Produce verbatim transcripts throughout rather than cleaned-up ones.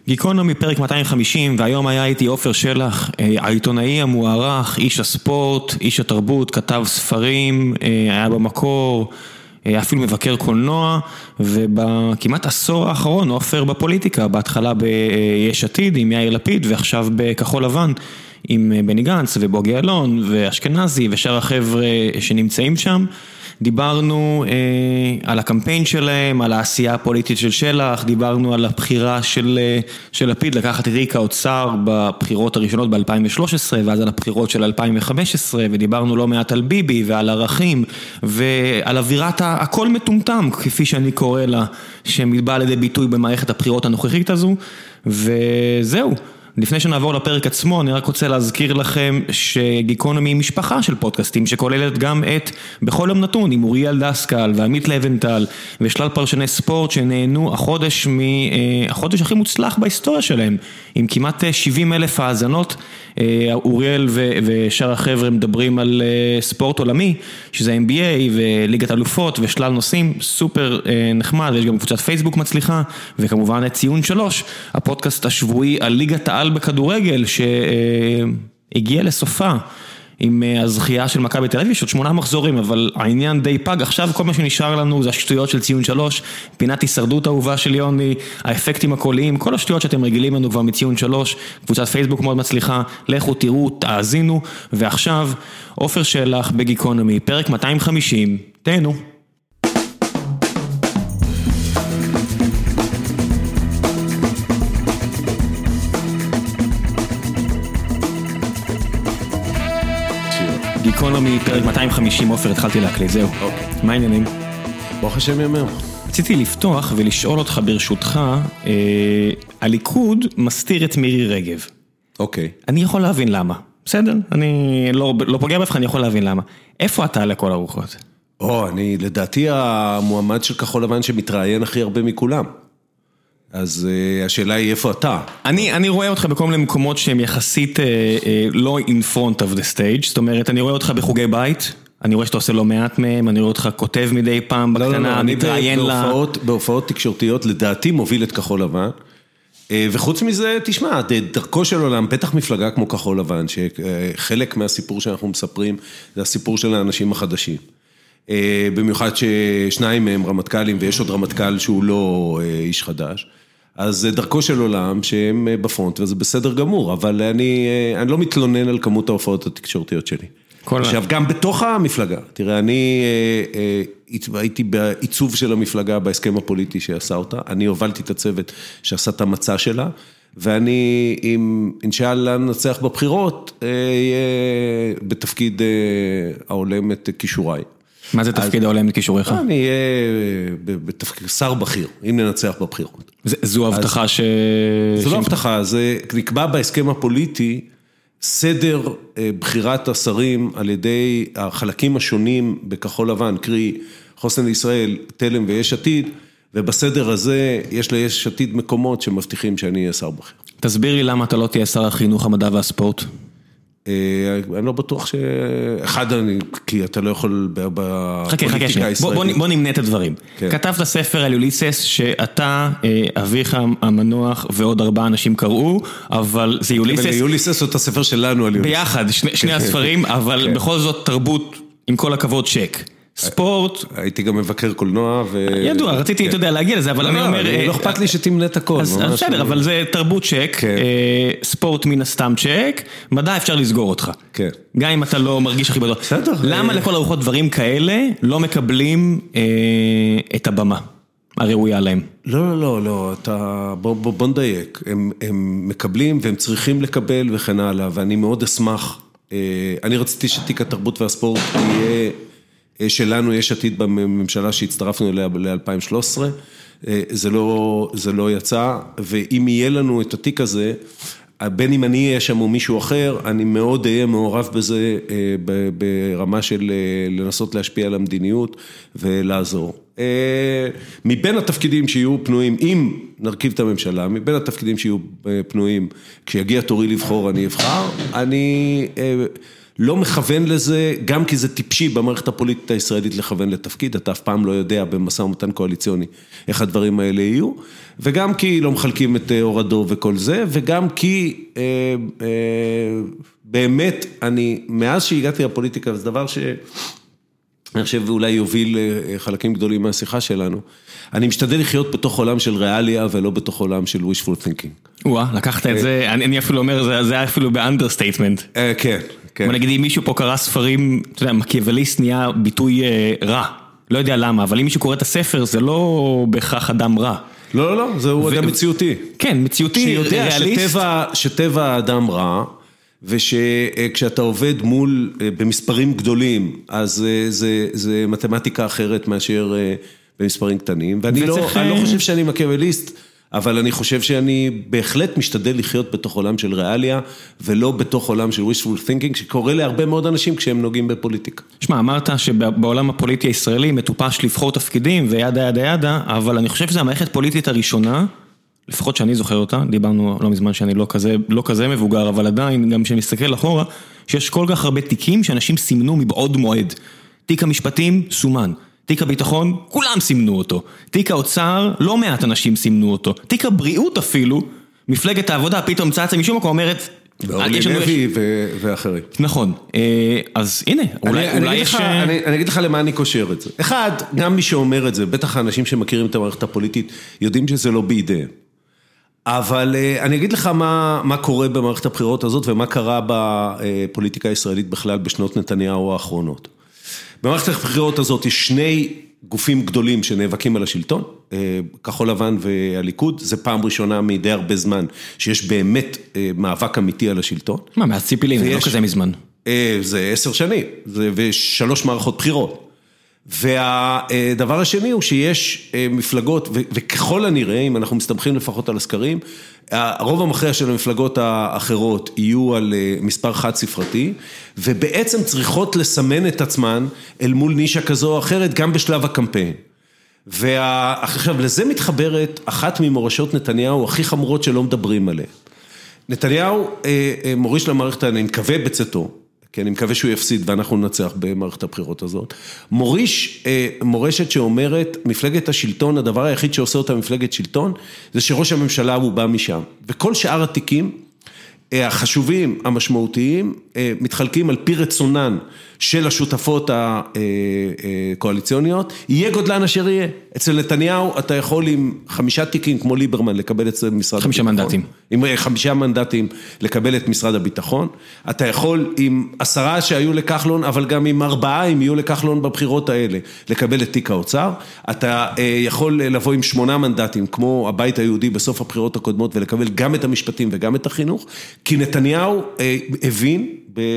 גיקונומי פרק מאתיים וחמישים, והיום היה איתי עופר שלח, העיתונאי המוערך, איש הספורט, איש התרבות, כתב ספרים, היה במקור, אפילו מבקר קולנוע, ובכמעט עשור האחרון עופר בפוליטיקה, בהתחלה ביש עתיד עם יאיר לפיד, ועכשיו בכחול לבן עם בני גנץ ובוגי אלון ואשכנזי ושאר החבר'ה שנמצאים שם. דיברנו אה, על הקמפיין שלהם, על העשייה הפוליטית של שלח, דיברנו על הבחירה של, של לפיד לקחת את תיק האוצר בבחירות הראשונות ב-אלפיים ושלוש עשרה, ואז על הבחירות של אלפיים וחמש עשרה, ודיברנו לא מעט על ביבי ועל ערכים, ועל אווירת הכל מטומטם, כפי שאני קורא לה, שמתבאה לידי ביטוי במערכת הבחירות הנוכחית הזו, וזהו. לפני שנעבור לפרק עצמו, אני רק רוצה להזכיר לכם שגיקונומי היא משפחה של פודקאסטים, שכוללת גם את בכל יום נתון, עם אוריאל דסקל ועמית לבנטל, ושלל פרשני ספורט שנהנו החודש, החודש הכי מוצלח בהיסטוריה שלהם, עם כמעט שבעים אלף האזנות. אוריאל ושאר החבר'ה מדברים על ספורט עולמי, שזה אן בי איי וליגת אלופות ושלל נושאים, סופר נחמד, יש גם קבוצת פייסבוק מצליחה, וכמובן את ציון שלוש, הפודקאסט השבועי על ליגת העל בכדורגל, שהגיע לסופה עם הזכייה של מכבי תל אביב, יש עוד שמונה מחזורים, אבל העניין די פג. עכשיו כל מה שנשאר לנו זה השטויות של ציון שלוש, פינת הישרדות האהובה של יוני, האפקטים הקוליים, כל השטויות שאתם רגילים לנו כבר מציון שלוש, קבוצת פייסבוק מאוד מצליחה, לכו תראו, תאזינו, ועכשיו עופר שלח בגיקונומי, פרק מאתיים וחמישים, תהנו. גיקונומי, פרק מאתיים וחמישים, עופר, התחלתי להקליט, זהו. אוקיי. מה העניינים? ברוך השם יאמר. רציתי לפתוח ולשאול אותך ברשותך, אה, הליכוד מסתיר את מירי רגב. אוקיי. אני יכול להבין למה. בסדר? אני לא, לא פוגע בך, אני יכול להבין למה. איפה אתה לכל הרוחות? או, אני לדעתי המועמד של כחול לבן שמתראיין הכי הרבה מכולם. אז uh, השאלה היא איפה אתה? אני, אני רואה אותך בכל מיני מקומות שהם יחסית uh, uh, לא in front of the stage, זאת אומרת, אני רואה אותך בחוגי בית, אני רואה שאתה עושה לא מעט מהם, אני רואה אותך כותב מדי פעם בקטנה, לא, לא, לא, אני מתראיין בהופעות, לה... בהופעות תקשורתיות, לדעתי מוביל את כחול לבן, וחוץ מזה, תשמע, דרכו של עולם, בטח מפלגה כמו כחול לבן, שחלק מהסיפור שאנחנו מספרים, זה הסיפור של האנשים החדשים. במיוחד ששניים מהם רמטכ"לים, ויש עוד רמטכ"ל שהוא לא איש חדש, אז זה דרכו של עולם שהם בפרונט, וזה בסדר גמור, אבל אני, אני לא מתלונן על כמות ההופעות התקשורתיות שלי. עכשיו, גם בתוך המפלגה, תראה, אני הייתי בעיצוב של המפלגה בהסכם הפוליטי שעשה אותה, אני הובלתי את הצוות שעשה את המצע שלה, ואני, אם אינשאללה נצליח בבחירות, יהיה בתפקיד העולם את כישוריי. מה זה תפקיד העולם את כישוריך? אני אהיה בתפקיד שר בכיר, אם ננצח בבחירות. זו הבטחה ש... זו לא הבטחה, זה נקבע בהסכם הפוליטי, סדר בחירת השרים על ידי החלקים השונים בכחול לבן, קרי חוסן לישראל, תלם ויש עתיד, ובסדר הזה יש ליש עתיד מקומות שמבטיחים שאני אהיה שר בכיר. תסביר לי למה אתה לא תהיה שר החינוך, המדע והספורט. אני לא בטוח שאחד, כי אתה לא יכול בפוליטיקה הישראלית. בוא נמנה את הדברים. כתבת ספר על יוליסס שאתה, אביך המנוח ועוד ארבעה אנשים קראו, אבל זה יוליסס... יוליסס הוא את הספר שלנו על יוליסס. ביחד, שני הספרים, אבל בכל זאת תרבות, עם כל הכבוד, צ'ק. ספורט. הייתי גם מבקר קולנוע ו... ידוע, רציתי, אתה יודע, להגיע לזה, אבל אני אומר... לא אכפת לי שתמנה את הכל. אז בסדר, אבל זה תרבות צ'ק, ספורט מן הסתם צ'ק, מדע אפשר לסגור אותך. גם אם אתה לא מרגיש הכי בדוק. בסדר. למה לכל ארוחות דברים כאלה לא מקבלים את הבמה הראויה להם? לא, לא, לא, לא, אתה... בוא נדייק. הם מקבלים והם צריכים לקבל וכן הלאה, ואני מאוד אשמח. אני רציתי שתיק התרבות והספורט יהיה... שלנו יש עתיד בממשלה שהצטרפנו אליה ל-אלפיים ושלוש עשרה, זה לא, זה לא יצא, ואם יהיה לנו את התיק הזה, בין אם אני אהיה שם או מישהו אחר, אני מאוד אהיה מעורב בזה, ברמה של לנסות להשפיע על המדיניות ולעזור. מבין התפקידים שיהיו פנויים, אם נרכיב את הממשלה, מבין התפקידים שיהיו פנויים, כשיגיע תורי לבחור אני אבחר, אני... לא מכוון לזה, גם כי זה טיפשי במערכת הפוליטית הישראלית לכוון לתפקיד, אתה אף פעם לא יודע במשא ומתן קואליציוני איך הדברים האלה יהיו, וגם כי לא מחלקים את הורדו וכל זה, וגם כי אה, אה, באמת, אני, מאז שהגעתי לפוליטיקה, זה דבר ש... אני חושב אולי יוביל חלקים גדולים מהשיחה שלנו. אני משתדל לחיות בתוך עולם של ריאליה, ולא בתוך עולם של wishful thinking. וואה, לקחת את זה, אני אפילו אומר, זה היה אפילו באנדרסטייטמנט. כן, כן. בוא נגיד, אם מישהו פה קרא ספרים, אתה יודע, מקיאווליסט נהיה ביטוי רע. לא יודע למה, אבל אם מישהו קורא את הספר, זה לא בהכרח אדם רע. לא, לא, לא, זהו אדם מציאותי. כן, מציאותי, ריאליסט. שיודע שטבע האדם רע, ושכשאתה עובד מול, במספרים גדולים, אז זה, זה מתמטיקה אחרת מאשר במספרים קטנים, ואני לא, אני לא חושב שאני מקיאווליסט, אבל אני חושב שאני בהחלט משתדל לחיות בתוך עולם של ריאליה, ולא בתוך עולם של wishful thinking, שקורה להרבה מאוד אנשים כשהם נוגעים בפוליטיקה. שמע, אמרת שבעולם הפוליטי הישראלי מטופש לבחור תפקידים, וידה ידה ידה, אבל אני חושב שזו המערכת פוליטית הראשונה, לפחות שאני זוכר אותה, דיברנו לא מזמן שאני לא כזה, לא כזה מבוגר, אבל עדיין, גם כשמסתכל אחורה, שיש כל כך הרבה תיקים שאנשים סימנו מבעוד מועד. תיק המשפטים, סומן. תיק הביטחון, כולם סימנו אותו. תיק האוצר, לא מעט אנשים סימנו אותו. תיק הבריאות אפילו, מפלגת העבודה, פתאום צצה משום מקום אומרת, ואורלי לוי ואחרים. נכון. אז הנה, אולי יש... אני אגיד לך למה אני קושר את זה. אחד, גם מי שאומר את זה, בטח האנשים שמכירים את המערכת הפוליטית, יודעים שזה לא בידיהם. אבל אני אגיד לך מה, מה קורה במערכת הבחירות הזאת, ומה קרה בפוליטיקה הישראלית בכלל בשנות נתניהו האחרונות. במערכת הבחירות הזאת יש שני גופים גדולים שנאבקים על השלטון, כחול לבן והליכוד, זה פעם ראשונה מדי הרבה זמן, שיש באמת מאבק אמיתי על השלטון. מה, מהציפי לבני, לא כזה מזמן. זה עשר שנים, ושלוש מערכות בחירות. והדבר השני הוא שיש מפלגות, וככל הנראה, אם אנחנו מסתמכים לפחות על הסקרים, הרוב המכריע של המפלגות האחרות יהיו על מספר חד ספרתי, ובעצם צריכות לסמן את עצמן אל מול נישה כזו או אחרת, גם בשלב הקמפיין. ועכשיו, לזה מתחברת אחת ממורשות נתניהו הכי חמורות שלא מדברים עליה. נתניהו מוריש למערכת, אני מקווה בצאתו, כי אני מקווה שהוא יפסיד ואנחנו ננצח במערכת הבחירות הזאת. מוריש, מורשת שאומרת, מפלגת השלטון, הדבר היחיד שעושה אותה מפלגת שלטון, זה שראש הממשלה הוא בא משם. וכל שאר התיקים, החשובים, המשמעותיים, מתחלקים על פי רצונן של השותפות הקואליציוניות, יהיה גודלן אשר יהיה. אצל נתניהו אתה יכול עם חמישה תיקים כמו ליברמן לקבל את משרד חמישה הביטחון. מנדטים. עם חמישה מנדטים לקבל את משרד הביטחון. אתה יכול עם עשרה שהיו לכחלון, אבל גם עם ארבעה אם יהיו לכחלון בבחירות האלה, לקבל את תיק האוצר. אתה יכול לבוא עם שמונה מנדטים, כמו הבית היהודי בסוף הבחירות הקודמות, ולקבל גם את המשפטים וגם את החינוך, כי נתניהו הבין,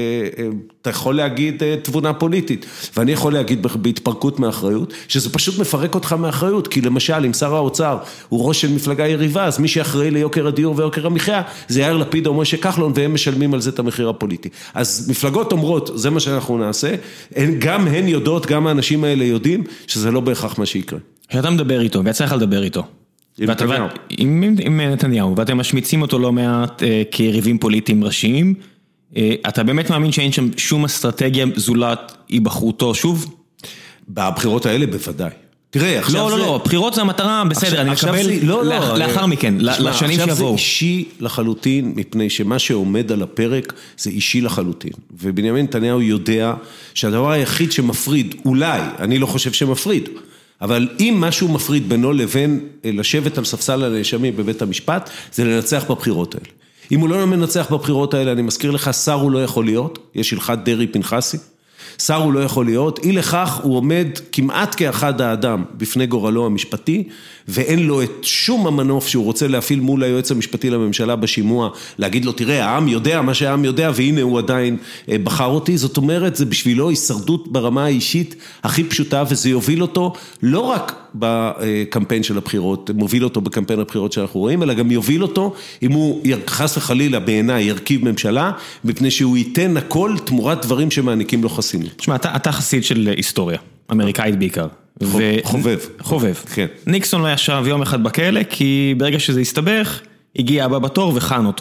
אתה יכול להגיד תבונה פוליטית, ואני יכול להגיד בהתפרקות מאחריות, שזה פשוט מפרק אותך מאחריות, כי למשל, אם שר האוצר הוא ראש של מפלגה יריבה, אז מי שאחראי ליוקר הדיור ויוקר המחיה, זה יאיר לפיד או משה כחלון, והם משלמים על זה את המחיר הפוליטי. אז מפלגות אומרות, זה מה שאנחנו נעשה, גם הן יודעות, גם האנשים האלה יודעים, שזה לא בהכרח מה שיקרה. כשאתה מדבר איתו, ויצא לך לדבר איתו, עם נתניהו. עם, עם נתניהו, ואתם משמיצים אותו לא מעט אה, כיריבים פוליטיים ראשיים, אה, אתה באמת מאמין שאין שם שום אסטרטגיה זולת היבחרותו שוב? בבחירות האלה בוודאי. תראה, עכשיו לא, זה... לא, לא, בחירות זה המטרה, בסדר, אני מקבל זה... לא, לאח, לא, לאחר מכן, לשנים שיבואו. עכשיו זה אישי לחלוטין, מפני שמה שעומד על הפרק זה אישי לחלוטין. ובנימין נתניהו יודע שהדבר היחיד שמפריד, אולי, אני לא חושב שמפריד, אבל אם משהו מפריד בינו לבין לשבת על ספסל הנאשמים בבית המשפט, זה לנצח בבחירות האלה. אם הוא לא מנצח בבחירות האלה, אני מזכיר לך, שר הוא לא יכול להיות, יש הלכת דרעי פנחסי, שר הוא לא יכול להיות, אי לכך הוא עומד כמעט כאחד האדם בפני גורלו המשפטי, ואין לו את שום המנוף שהוא רוצה להפעיל מול היועץ המשפטי לממשלה בשימוע, להגיד לו, תראה, העם יודע מה שהעם יודע, והנה הוא עדיין בחר אותי, זאת אומרת, זה בשבילו הישרדות ברמה האישית הכי פשוטה, וזה יוביל אותו לא רק בקמפיין של הבחירות, מוביל אותו בקמפיין הבחירות שאנחנו רואים, אלא גם יוביל אותו, אם הוא חס וחלילה בעיניי ירכיב ממשלה, מפני שהוא ייתן הכל תמורת דברים שמעניקים לו חסינות. תשמע, אתה, אתה חסיד של היסטוריה, אמריקאית בעיקר. ו... חובב. חובב. כן. ניקסון לא ישב יום אחד בכלא, כי ברגע שזה הסתבך, הגיע הבא בתור וחן אותו.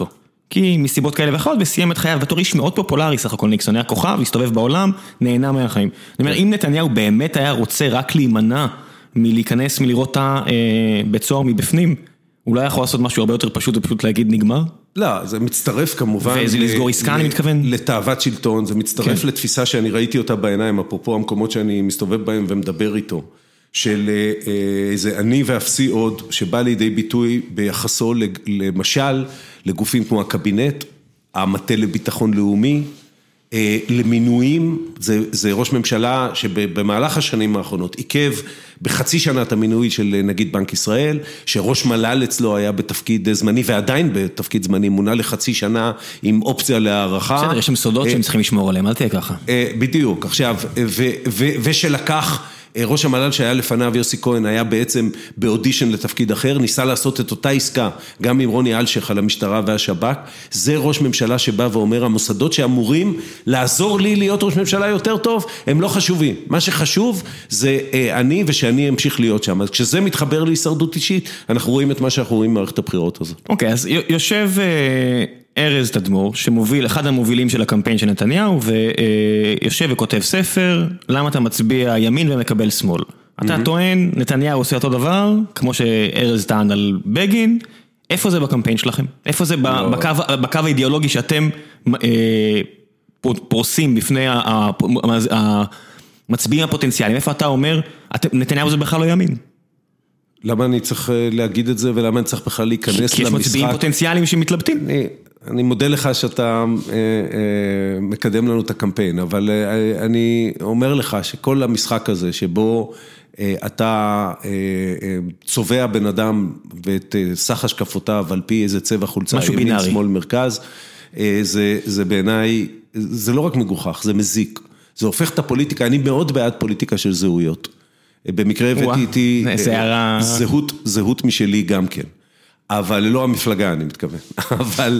כי מסיבות כאלה ואחרות, וסיים את חייו בתור איש מאוד פופולרי, סך הכל ניקסון היה כוכב, הסתובב בעולם, נהנה מהחיים. אני אומר, אם נתניהו באמת היה רוצה רק להימנע מלהיכנס, מלראות אותה בית סוהר מבפנים, אולי יכול לעשות משהו הרבה יותר פשוט, ופשוט להגיד נגמר? לא, זה מצטרף כמובן... וזה לסגור עסקה, אני מתכוון? לתאוות שלטון, זה מצטרף לתפיסה שאני ראיתי אותה בעיניים, אפרופו המקומות שאני מסתובב בהם ומדבר איתו, של איזה אני ואפסי עוד, שבא לידי ביטוי ביחסו למשל, לגופים כמו הקבינט, המטה לביטחון לאומי, למינויים, זה, זה ראש ממשלה שבמהלך השנים האחרונות עיכב בחצי שנה את המינוי של נגיד בנק ישראל, שראש מל"ל אצלו היה בתפקיד זמני ועדיין בתפקיד זמני, מונה לחצי שנה עם אופציה להערכה. בסדר, יש שם סודות שהם צריכים לשמור עליהם, אל תהיה ככה. בדיוק, עכשיו, ו, ו, ושלקח... ראש המל"ל שהיה לפניו יוסי כהן היה בעצם באודישן לתפקיד אחר, ניסה לעשות את אותה עסקה, גם עם רוני אלשך על המשטרה והשב"כ, זה ראש ממשלה שבא ואומר, המוסדות שאמורים לעזור לי להיות ראש ממשלה יותר טוב, הם לא חשובים. מה שחשוב זה אני ושאני אמשיך להיות שם. אז כשזה מתחבר להישרדות אישית, אנחנו רואים את מה שאנחנו רואים במערכת הבחירות הזאת. אוקיי, אז יושב... ארז תדמור, שמוביל, אחד המובילים של הקמפיין של נתניהו, ויושב וכותב ספר, למה אתה מצביע ימין ומקבל שמאל. אתה טוען, נתניהו עושה אותו דבר, כמו שארז טען על בגין, איפה זה בקמפיין שלכם? איפה זה בקו האידיאולוגי שאתם פורסים בפני המצביעים הפוטנציאליים? איפה אתה אומר, נתניהו זה בכלל לא ימין? למה אני צריך להגיד את זה, ולמה אני צריך בכלל להיכנס למשחק? כי יש מצביעים פוטנציאליים שמתלבטים. אני, אני מודה לך שאתה אה, אה, מקדם לנו את הקמפיין, אבל אה, אני אומר לך שכל המשחק הזה, שבו אה, אתה אה, אה, צובע בן אדם, ואת אה, סך השקפותיו, על פי איזה צבע חולצה, ימין, בינארי. שמאל, מרכז, אה, זה, זה בעיניי, זה לא רק מגוחך, זה מזיק. זה הופך את הפוליטיקה, אני מאוד בעד פוליטיקה של זהויות. במקרה הבאתי איתי זהות, זהות משלי גם כן, אבל לא המפלגה אני מתכוון, אבל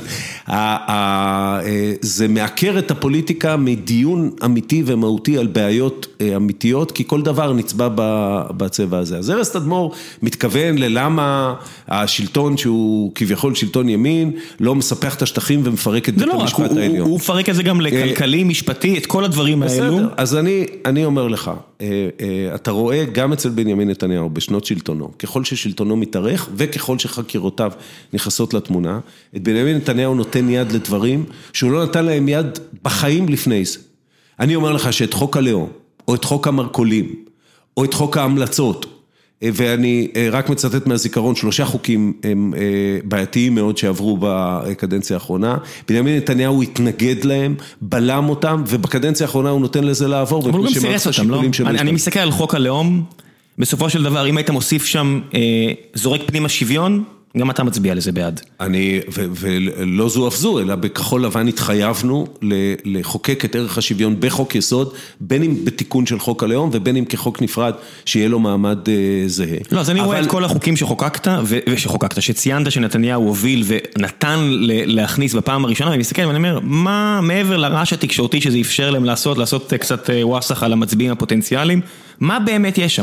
זה מעקר את הפוליטיקה מדיון אמיתי ומהותי על בעיות אמיתיות, כי כל דבר נצבע בצבע הזה. אז ארז תדמור מתכוון ללמה השלטון שהוא כביכול שלטון ימין, לא מספח את השטחים ומפרק את בית המשפט העליון. הוא מפרק את זה גם לכלכלי, משפטי, את כל הדברים האלו. אז אני, אני אומר לך, אתה רואה גם אצל בנימין נתניהו בשנות שלטונו, ככל ששלטונו מתארך וככל שחקירותיו נכנסות לתמונה, את בנימין נתניהו נותן יד לדברים שהוא לא נתן להם יד בחיים לפני זה. אני אומר לך שאת חוק הלאום, או את חוק המרכולים, או את חוק ההמלצות, ואני רק מצטט מהזיכרון, שלושה חוקים הם בעייתיים מאוד שעברו בקדנציה האחרונה, בנימין נתניהו התנגד להם, בלם אותם, ובקדנציה האחרונה הוא נותן לזה לעבור. אבל הוא גם סירס אותם, לא? אני מסתכל על חוק הלאום, בסופו של דבר, אם היית מוסיף שם זורק פנימה שוויון, גם אתה מצביע לזה בעד. אני, ולא זו אף זו, אלא בכחול לבן התחייבנו לחוקק את ערך השוויון בחוק יסוד, בין אם בתיקון של חוק הלאום, ובין אם כחוק נפרד, שיהיה לו מעמד זהה. לא, אז אני רואה את כל החוקים שחוקקת, ושחוקקת, שציינת שנתניהו הוביל ונתן להכניס בפעם הראשונה, ואני מסתכל ואני אומר, מה מעבר לרעש התקשורתי שזה אפשר להם לעשות, לעשות קצת וואסך על המצביעים הפוטנציאליים, מה באמת יש שם?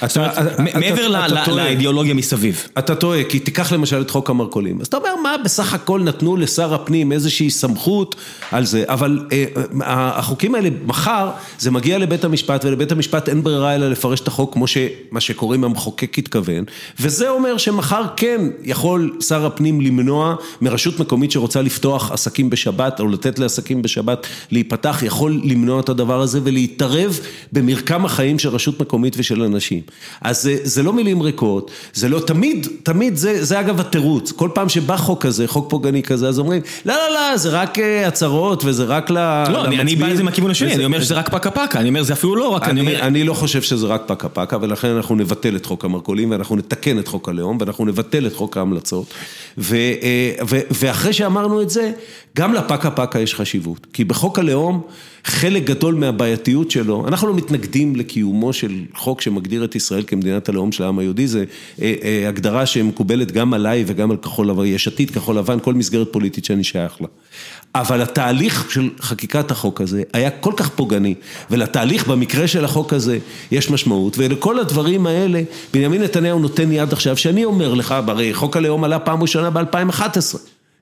מעבר לאידיאולוגיה מסביב. אתה טועה, כי תיקח למשל את חוק המרכולים. אז אתה אומר, מה בסך הכל נתנו לשר הפנים איזושהי סמכות על זה, אבל החוקים האלה, מחר, זה מגיע לבית המשפט, ולבית המשפט אין ברירה אלא לפרש את החוק, כמו שמה שקוראים המחוקק התכוון, וזה אומר שמחר כן יכול שר הפנים למנוע מרשות מקומית שרוצה לפתוח עסקים בשבת, או לתת לעסקים בשבת להיפתח, יכול למנוע את הדבר הזה, ולהתערב במרקם החיים של רשות מקומית ושל אנשים. אז זה, זה לא מילים ריקות, זה לא, תמיד, תמיד זה, זה אגב התירוץ. כל פעם שבא חוק כזה, חוק פוגעני כזה, אז אומרים, לא, לא, לא, זה רק הצהרות, וזה רק ל... לא, אני, אני בא לזה מהכיוון השני, וזה, אני אומר שזה רק פקה פקה, אני אומר, זה אפילו לא רק, אני, אני אומר... אני לא חושב שזה רק פקה פקה, ולכן אנחנו נבטל את חוק המרכולים, ואנחנו נתקן את חוק הלאום, ואנחנו נבטל את חוק ההמלצות, ו, ו, ואחרי שאמרנו את זה, גם לפקה פקה יש חשיבות, כי בחוק הלאום, חלק גדול מהבעייתיות שלו, אנחנו לא מתנגדים לקיומו של חוק שמגדיר את ישראל כמדינת הלאום של העם היהודי, זה הגדרה שמקובלת גם עליי וגם על כחול לבן, יש עתיד, כחול לבן, כל מסגרת פוליטית שאני שייך לה. אבל התהליך של חקיקת החוק הזה היה כל כך פוגעני, ולתהליך במקרה של החוק הזה יש משמעות, ולכל הדברים האלה, בנימין נתניהו נותן יד עכשיו, שאני אומר לך, הרי חוק הלאום עלה פעם ראשונה ב-אלפיים ואחת עשרה,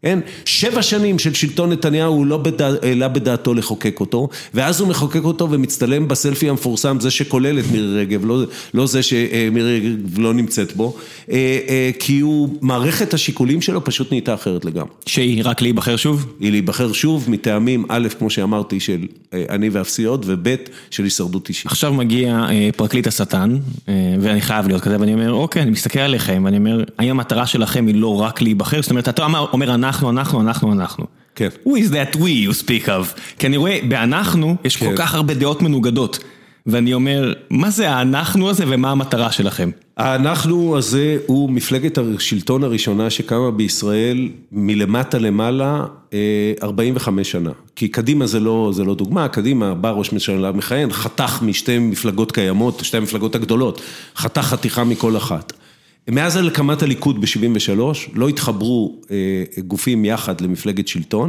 אין, שבע שנים של שלטון נתניהו הוא לא העלה בדעתו לחוקק אותו, ואז הוא מחוקק אותו ומצטלם בסלפי המפורסם, זה שכולל את מירי רגב, לא, לא זה שמירי רגב לא נמצאת בו, כי הוא, מערכת השיקולים שלו פשוט נהייתה אחרת לגמרי. שהיא רק להיבחר שוב? היא להיבחר שוב, מטעמים א', כמו שאמרתי, של אני ואפסיות, וב' של הישרדות אישית. עכשיו מגיע פרקליט השטן, ואני חייב להיות כזה, ואני אומר, אוקיי, אני מסתכל עליכם, ואני אומר, האם המטרה שלכם היא לא רק להיבחר? זאת אומרת, אתה אומר, אנחנו, אנחנו, אנחנו, אנחנו. כן. Who is that we you speak of? כי אני רואה, באנחנו יש כל כך הרבה דעות מנוגדות, ואני אומר, מה זה האנחנו הזה ומה המטרה שלכם? האנחנו הזה הוא מפלגת השלטון הראשונה שקמה בישראל מלמטה למעלה ארבעים וחמש שנה. כי קדימה זה לא, זה לא דוגמה, קדימה בא ראש ממשלה מכהן, חתך משתי מפלגות קיימות, שתי המפלגות הגדולות, חתך חתיכה מכל אחת. מאז הקמת הליכוד ב-שבעים ושלוש, לא התחברו גופים יחד למפלגת שלטון,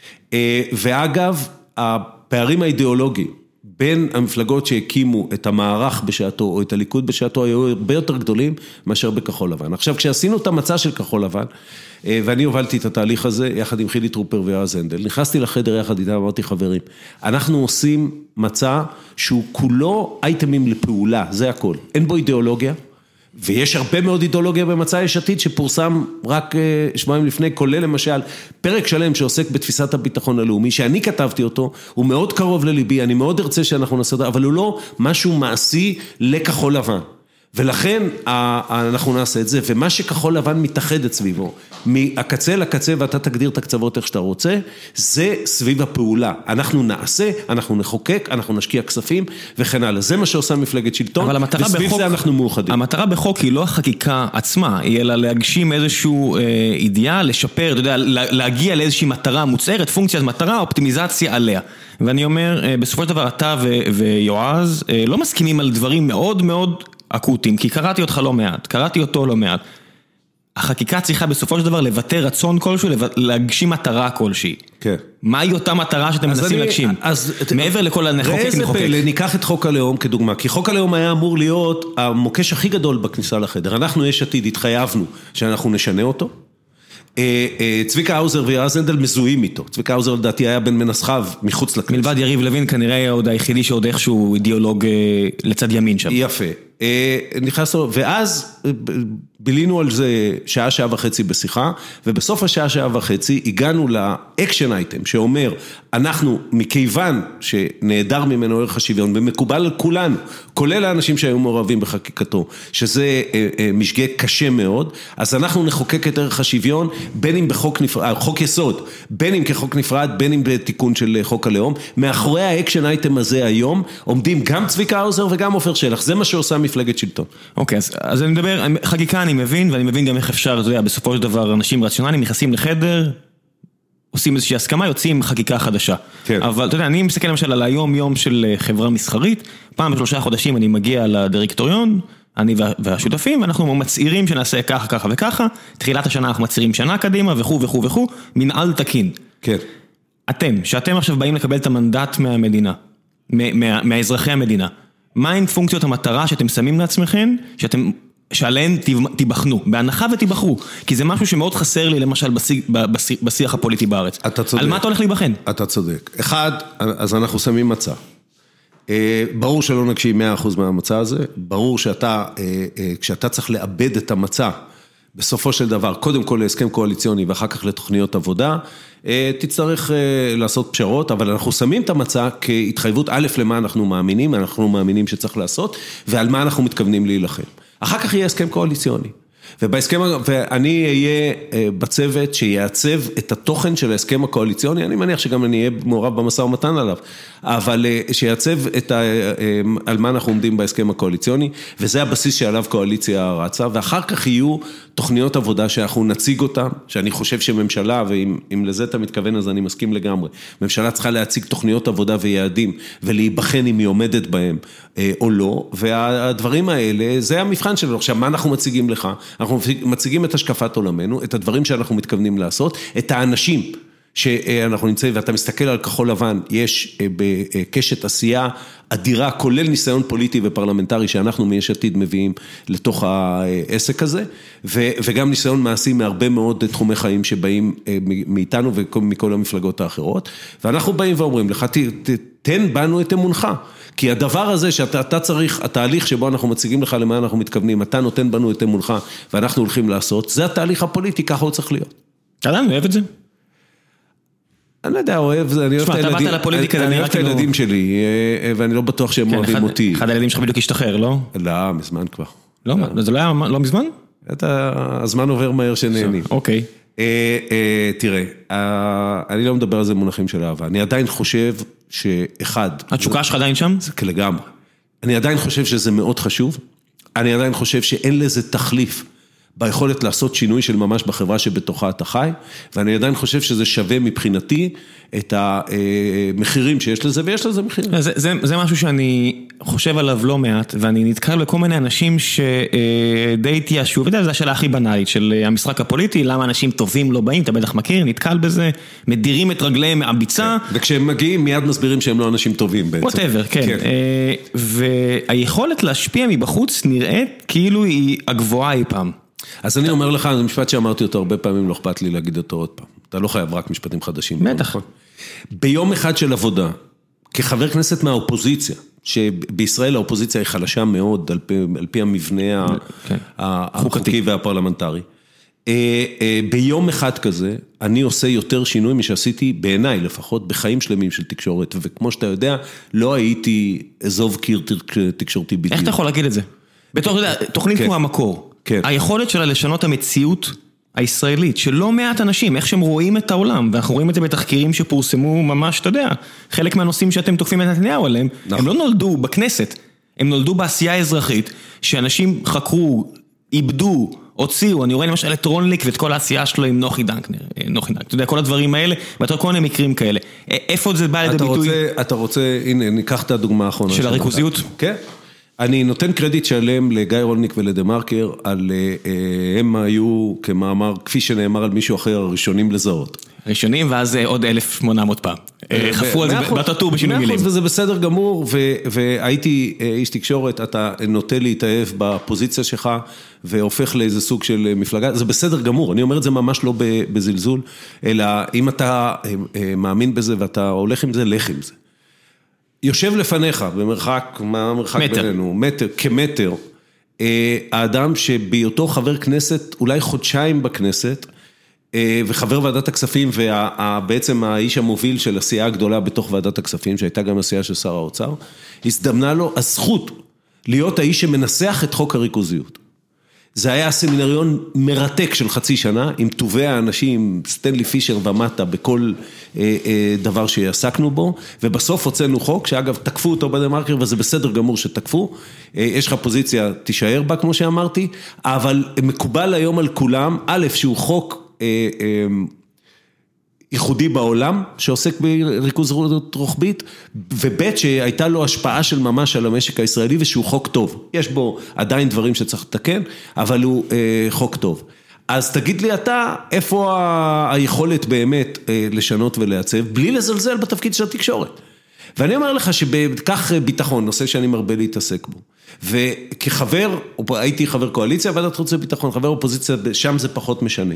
ואגב, הפערים האידיאולוגיים, בין המפלגות שהקימו את המערך בשעתו, או את הליכוד בשעתו, היו הרבה יותר גדולים מאשר בכחול לבן. עכשיו, כשעשינו את המצע של כחול לבן, ואני הובלתי את התהליך הזה, יחד עם חילי טרופר ויועז הנדל, נכנסתי לחדר יחד איתם, אמרתי חברים, אנחנו עושים מצע שהוא כולו אייטמים לפעולה, זה הכל. אין בו אידיאולוגיה, ויש הרבה מאוד אידיאולוגיה במצע יש עתיד שפורסם רק שבועיים לפני, כולל למשל פרק שלם שעוסק בתפיסת הביטחון הלאומי, שאני כתבתי אותו, הוא מאוד קרוב לליבי, אני מאוד ארצה שאנחנו נעשה אותו, אבל הוא לא משהו מעשי לכחול לבן. ולכן אנחנו נעשה את זה, ומה שכחול לבן מתאחדת סביבו, מהקצה לקצה, ואתה תגדיר את הקצוות איך שאתה רוצה, זה סביב הפעולה. אנחנו נעשה, אנחנו נחוקק, אנחנו נשקיע כספים, וכן הלאה. זה מה שעושה מפלגת שלטון, וסביב בחוק, זה אנחנו מאוחדים. המטרה בחוק היא לא החקיקה עצמה, היא אלא להגשים איזשהו אה, אידיאל, לשפר, אתה יודע, להגיע לאיזושהי מטרה מוצהרת, פונקציית מטרה, אופטימיזציה עליה. ואני אומר, אה, בסופו של דבר, אתה ו- ויועז, אה, לא מסכימים על דברים מאוד מאוד אקוטיים, כי קראתי אותך לא מעט, קראתי אותו לא מעט. החקיקה צריכה בסופו של דבר לבטא רצון כלשהו, להגשים מטרה כלשהי. כן. מהי אותה מטרה שאתם מנסים להגשים? אז מעבר לכל הנחוקק נחוקק. פלא, ניקח את חוק הלאום כדוגמה, כי חוק הלאום היה אמור להיות המוקש הכי גדול בכניסה לחדר. אנחנו יש עתיד, התחייבנו שאנחנו נשנה אותו. צביקה האוזר ויועז הנדל מזוהים איתו. צביקה האוזר לדעתי היה בין מנסחיו מחוץ לכנסת. מלבד יריב לוין כנראה עוד היחידי שעוד איכשהו אידיאולוג לצד ימין שם. יפה. נכנס לו, ואז בילינו על זה שעה, שעה וחצי בשיחה, ובסוף השעה, שעה וחצי הגענו לאקשן אייטם שאומר, אנחנו מכיוון שנעדר ממנו ערך השוויון, ומקובל על כולנו, כולל האנשים שהיו מעורבים בחקיקתו, שזה משגה קשה מאוד, אז אנחנו נחוקק את ערך השוויון, בין אם בחוק נפרד, חוק יסוד, בין אם כחוק נפרד, בין אם בתיקון של חוק הלאום, מאחורי האקשן אייטם הזה היום, עומדים גם צביקה האוזר וגם עופר שלח, זה מה שעושה מפלגת שלטון. אוקיי, אז, אז אני מדבר, חקיקה אני מבין, ואני מבין גם איך אפשר, אתה יודע, בסופו של דבר, אנשים רציונליים נכנסים לחדר, עושים איזושהי הסכמה, יוצאים חקיקה חדשה. כן. אבל אתה יודע, אני מסתכל למשל על היום יום של חברה מסחרית, פעם בשלושה חודשים אני מגיע לדירקטוריון, אני והשותפים, ואנחנו מצעירים שנעשה ככה, ככה וככה, תחילת השנה אנחנו מצעירים שנה קדימה, וכו וכו וכו, מנהל תקין. כן. אתם, שאתם עכשיו באים לקבל את המנדט מהמדינה, מה, מהאזרחי המדינה, מהן פונקציות המטרה שאתם שמים לעצמכם, שאתם, שעליהן תיבחנו, בהנחה ותיבחרו, כי זה משהו שמאוד חסר לי למשל בשיח, בשיח הפוליטי בארץ. אתה צודק. על מה אתה הולך להיבחן? אתה צודק. אחד, אז אנחנו שמים מצע. ברור שלא נגשים מאה אחוז מהמצע הזה, ברור שאתה, כשאתה צריך לאבד את המצע, בסופו של דבר, קודם כל להסכם קואליציוני ואחר כך לתוכניות עבודה, תצטרך לעשות פשרות, אבל אנחנו שמים את המצע כהתחייבות א' למה אנחנו מאמינים, אנחנו מאמינים שצריך לעשות, ועל מה אנחנו מתכוונים להילחם. אחר כך יהיה הסכם קואליציוני. ובהסכם, ואני אהיה בצוות שיעצב את התוכן של ההסכם הקואליציוני, אני מניח שגם אני אהיה מעורב במשא ומתן עליו, אבל שיעצב את ה, על מה אנחנו עומדים בהסכם הקואליציוני, וזה הבסיס שעליו קואליציה רצה, ואחר כך יהיו תוכניות עבודה שאנחנו נציג אותן, שאני חושב שממשלה, ואם לזה אתה מתכוון אז אני מסכים לגמרי, ממשלה צריכה להציג תוכניות עבודה ויעדים, ולהיבחן אם היא עומדת בהם או לא, והדברים האלה, זה המבחן שלנו. עכשיו, מה אנחנו מציגים לך? אנחנו מציגים את השקפת עולמנו, את הדברים שאנחנו מתכוונים לעשות, את האנשים שאנחנו נמצאים, ואתה מסתכל על כחול לבן, יש בקשת עשייה אדירה, כולל ניסיון פוליטי ופרלמנטרי, שאנחנו מיש עתיד מביאים לתוך העסק הזה, וגם ניסיון מעשי מהרבה מאוד תחומי חיים שבאים מאיתנו ומכל המפלגות האחרות, ואנחנו באים ואומרים לך, תן בנו את אמונך, כי הדבר הזה שאתה צריך, התהליך שבו אנחנו מציגים לך למה אנחנו מתכוונים, אתה נותן בנו את אמונך, ואנחנו הולכים לעשות, זה התהליך הפוליטי, ככה הוא צריך להיות. אתה אוהב את זה? אני לא יודע, אוהב, אני אוהב את הילדים שלי, ואני לא בטוח שהם אוהבים אותי. אחד הילדים שלך בדיוק השתחרר, לא? לא, מזמן כבר. לא, זה לא היה לא מזמן? הזמן עובר מהר שנהנים. אוקיי. תראה, אני לא מדבר על זה מונחים של אהבה, אני עדיין חושב שאחד... התשוקה שלך עדיין שם? זה כלגמרי. אני עדיין חושב שזה מאוד חשוב, אני עדיין חושב שאין לזה תחליף, ביכולת לעשות שינוי של ממש בחברה שבתוכה אתה חי, ואני עדיין חושב שזה שווה מבחינתי את המחירים שיש לזה, ויש לזה מחירים. זה, זה, זה משהו שאני חושב עליו לא מעט, ואני נתקל לכל מיני אנשים שדי התייאשו, וזה השאלה הכי בנאלית של המשחק הפוליטי, למה אנשים טובים לא באים, אתה בטח מכיר, נתקל בזה, מדירים את רגליהם מהביצה. כן. וכשהם מגיעים מיד מסבירים שהם לא אנשים טובים בעצם. whatever, כן. כן. והיכולת להשפיע מבחוץ נראית כאילו היא הגבוהה אי פעם. אז אני אומר לך, זה משפט שאמרתי אותו הרבה פעמים, לא אכפת לי להגיד אותו עוד פעם. אתה לא חייב רק משפטים חדשים. בטח. ביום אחד של עבודה, כחבר כנסת מהאופוזיציה, שבישראל האופוזיציה היא חלשה מאוד, על פי, על פי המבנה החוקתי והפרלמנטרי. ביום אחד כזה, אני עושה יותר שינוי משעשיתי, בעיניי לפחות, בחיים שלמים של תקשורת, וכמו שאתה יודע, לא הייתי אזוב קיר תקשורתי בדיוק. איך אתה יכול להגיד את זה? בתור, תוכנית כמו המקור. כן. היכולת שלה לשנות המציאות הישראלית, שלא מעט אנשים, איך שהם רואים את העולם, ואנחנו רואים את זה בתחקירים שפורסמו ממש, אתה יודע, חלק מהנושאים שאתם תוקפים את נתניהו עליהם, נכון. הם לא נולדו בכנסת, הם נולדו בעשייה האזרחית, שאנשים חקרו, איבדו, הוציאו, אני רואה למשל אלקטרוניק ואת כל העשייה שלו עם נוחי דנקנר, נוחי דנקנר, אתה יודע, כל הדברים האלה, ואתה כל מיני מקרים כאלה. איפה זה בא לידי ביטוי? אתה רוצה, הנה, ניקח את הדוגמה האחרונה. של הריכוזיות? כן. אני נותן קרדיט שלם לגיא רולניק ולדמרקר, על הם היו כמאמר, כפי שנאמר על מישהו אחר, הראשונים לזהות. ראשונים, ואז עוד אלף שמונה מאות פעם. חפרו על זה באותו טור בשינוי מילים. וזה בסדר גמור, והייתי איש תקשורת, אתה נוטה להתאהב בפוזיציה שלך, והופך לאיזה סוג של מפלגה, זה בסדר גמור, אני אומר את זה ממש לא בזלזול, אלא אם אתה מאמין בזה ואתה הולך עם זה, לך עם זה. יושב לפניך, במרחק, מה המרחק בינינו? מטר, כמטר, האדם שבהיותו חבר כנסת, אולי חודשיים בכנסת, וחבר ועדת הכספים, ובעצם האיש המוביל של הסיעה הגדולה בתוך ועדת הכספים, שהייתה גם הסיעה של שר האוצר, הזדמנה לו הזכות להיות האיש שמנסח את חוק הריכוזיות. זה היה סמינריון מרתק של חצי שנה, עם טובי האנשים, סטנלי פישר ומטה, בכל אה, אה, דבר שעסקנו בו, ובסוף הוצאנו חוק, שאגב תקפו אותו בדמרקר, וזה בסדר גמור שתקפו, אה, יש לך פוזיציה, תישאר בה כמו שאמרתי, אבל מקובל היום על כולם, א', שהוא חוק אה, אה, ייחודי בעולם, שעוסק בריכוז רוחבית, וב' שהייתה לו השפעה של ממש על המשק הישראלי, ושהוא חוק טוב. יש בו עדיין דברים שצריך לתקן, אבל הוא אה, חוק טוב. אז תגיד לי אתה, איפה ה- היכולת באמת אה, לשנות ולעצב, בלי לזלזל בתפקיד של התקשורת. ואני אומר לך שבכך ביטחון, נושא שאני מרבה להתעסק בו, וכחבר, הייתי חבר קואליציה, ועדת חוץ וביטחון, חבר אופוזיציה, שם זה פחות משנה.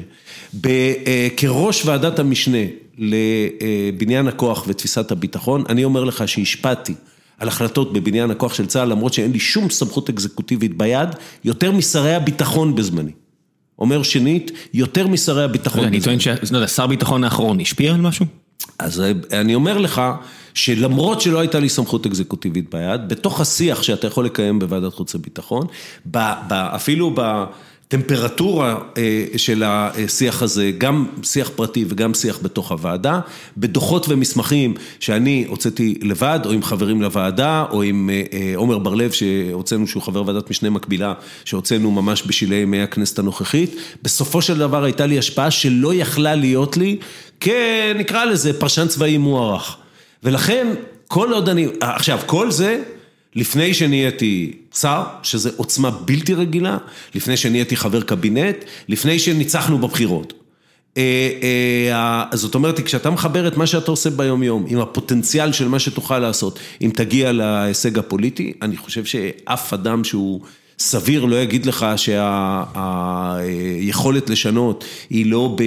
כראש ועדת המשנה לבניין הכוח ותפיסת הביטחון, אני אומר לך שהשפעתי על החלטות בבניין הכוח של צה"ל, למרות שאין לי שום סמכות אקזקוטיבית ביד, יותר משרי הביטחון בזמני. אומר שנית, יותר משרי הביטחון בזמני. אני טוען ששר ביטחון האחרון השפיע על משהו? אז אני אומר לך, שלמרות שלא הייתה לי סמכות אקזקוטיבית ביד, בתוך השיח שאתה יכול לקיים בוועדת חוץ וביטחון, אפילו בטמפרטורה של השיח הזה, גם שיח פרטי וגם שיח בתוך הוועדה, בדוחות ומסמכים שאני הוצאתי לבד, או עם חברים לוועדה, או עם עומר בר-לב שהוצאנו שהוא חבר ועדת משנה מקבילה, שהוצאנו ממש בשלהי ימי הכנסת הנוכחית, בסופו של דבר הייתה לי השפעה שלא יכלה להיות לי, כנקרא לזה פרשן צבאי מוערך. ולכן, כל עוד אני, עכשיו, כל זה, לפני שנהייתי שר, שזה עוצמה בלתי רגילה, לפני שנהייתי חבר קבינט, לפני שניצחנו בבחירות. זאת אומרת, כשאתה מחבר את מה שאתה עושה ביום יום, עם הפוטנציאל של מה שתוכל לעשות, אם תגיע להישג הפוליטי, אני חושב שאף אדם שהוא סביר לא יגיד לך שהיכולת לשנות היא לא ב...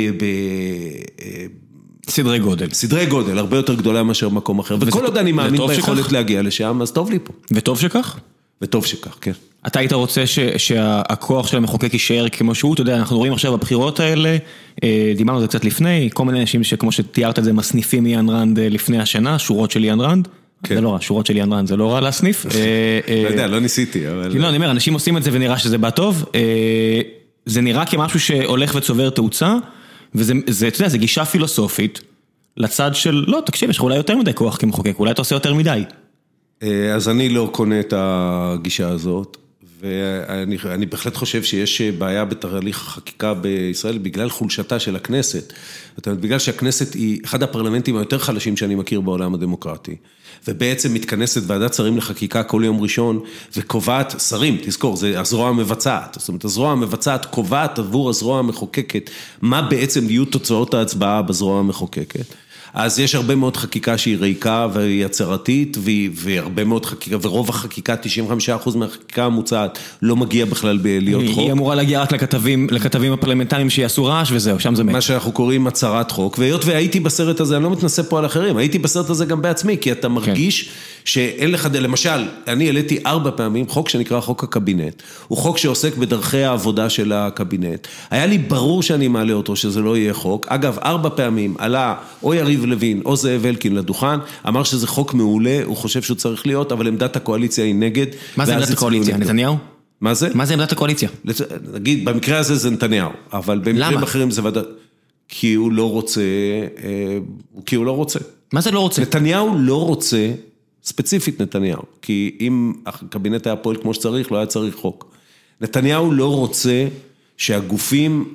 סדרי גודל. סדרי גודל, הרבה יותר גדולה מאשר מקום אחר. וכל עוד אני מאמין ביכולת להגיע לשם, אז טוב לי פה. וטוב שכך? וטוב שכך, כן. אתה היית רוצה שהכוח של המחוקק יישאר כמו שהוא, אתה יודע, אנחנו רואים עכשיו בבחירות האלה, דיברנו על זה קצת לפני, כל מיני אנשים שכמו שתיארת את זה, מסניפים איאן רנד לפני השנה, שורות של איאן רנד, זה לא רע, שורות של איאן רנד, זה לא רע להסניף. לא יודע, לא ניסיתי, אבל... לא, אני אומר, אנשים עושים את זה ונראה שזה בא טוב, זה נראה כמשהו שהולך וצובר תאוצה, וזה, אתה יודע, זה גישה פילוסופית, לצד של, לא, תקשיב, יש לך אולי יותר מדי כוח כמחוקק, אולי אתה עושה יותר מדי. אז אני לא קונה את הגישה הזאת, ואני אני בהחלט חושב שיש בעיה בתהליך החקיקה בישראל בגלל חולשתה של הכנסת. זאת אומרת, בגלל שהכנסת היא אחד הפרלמנטים היותר חלשים שאני מכיר בעולם הדמוקרטי, ובעצם מתכנסת ועדת שרים לחקיקה כל יום ראשון, וקובעת, שרים, תזכור, זה הזרוע המבצעת, זאת אומרת, הזרוע המבצעת קובעת עבור הזרוע המחוקקת, מה בעצם יהיו תוצאות ההצבעה בזרוע המחוקקת. אז יש הרבה מאוד חקיקה שהיא ריקה והיא הצהרתית, והרבה מאוד חקיקה, ורוב החקיקה, תשעים וחמישה אחוז מהחקיקה המוצעת, לא מגיע בכלל להיות חוק. היא אמורה להגיע רק לכתבים, לכתבים הפרלמנטריים שיעשו רעש וזהו, שם זה מת. מה שאנחנו קוראים הצהרת חוק, והיות והייתי בסרט הזה, אני לא מתנסה פה על אחרים, הייתי בסרט הזה גם בעצמי, כי אתה מרגיש שאין לך, למשל, אני העליתי ארבע פעמים חוק שנקרא חוק הקבינט, הוא חוק שעוסק בדרכי העבודה של הקבינט. היה לי ברור שאני מעלה אותו, שזה לא יהיה חוק. אגב, ארבע פעמים עלה או יריב לוין או זאב אלקין לדוכן, אמר שזה חוק מעולה, הוא חושב שהוא צריך להיות, אבל עמדת הקואליציה היא נגד. מה זה עמדת הקואליציה? נתניהו? מה זה? מה זה עמדת הקואליציה? נגיד, במקרה הזה זה נתניהו, אבל במקרים אחרים זה ודאי, כי הוא לא רוצה, כי הוא לא רוצה. מה זה לא רוצה? נתניהו לא רוצה, ספציפית נתניהו, כי אם הקבינט היה פועל כמו שצריך, לא היה צריך חוק. נתניהו לא רוצה שהגופים,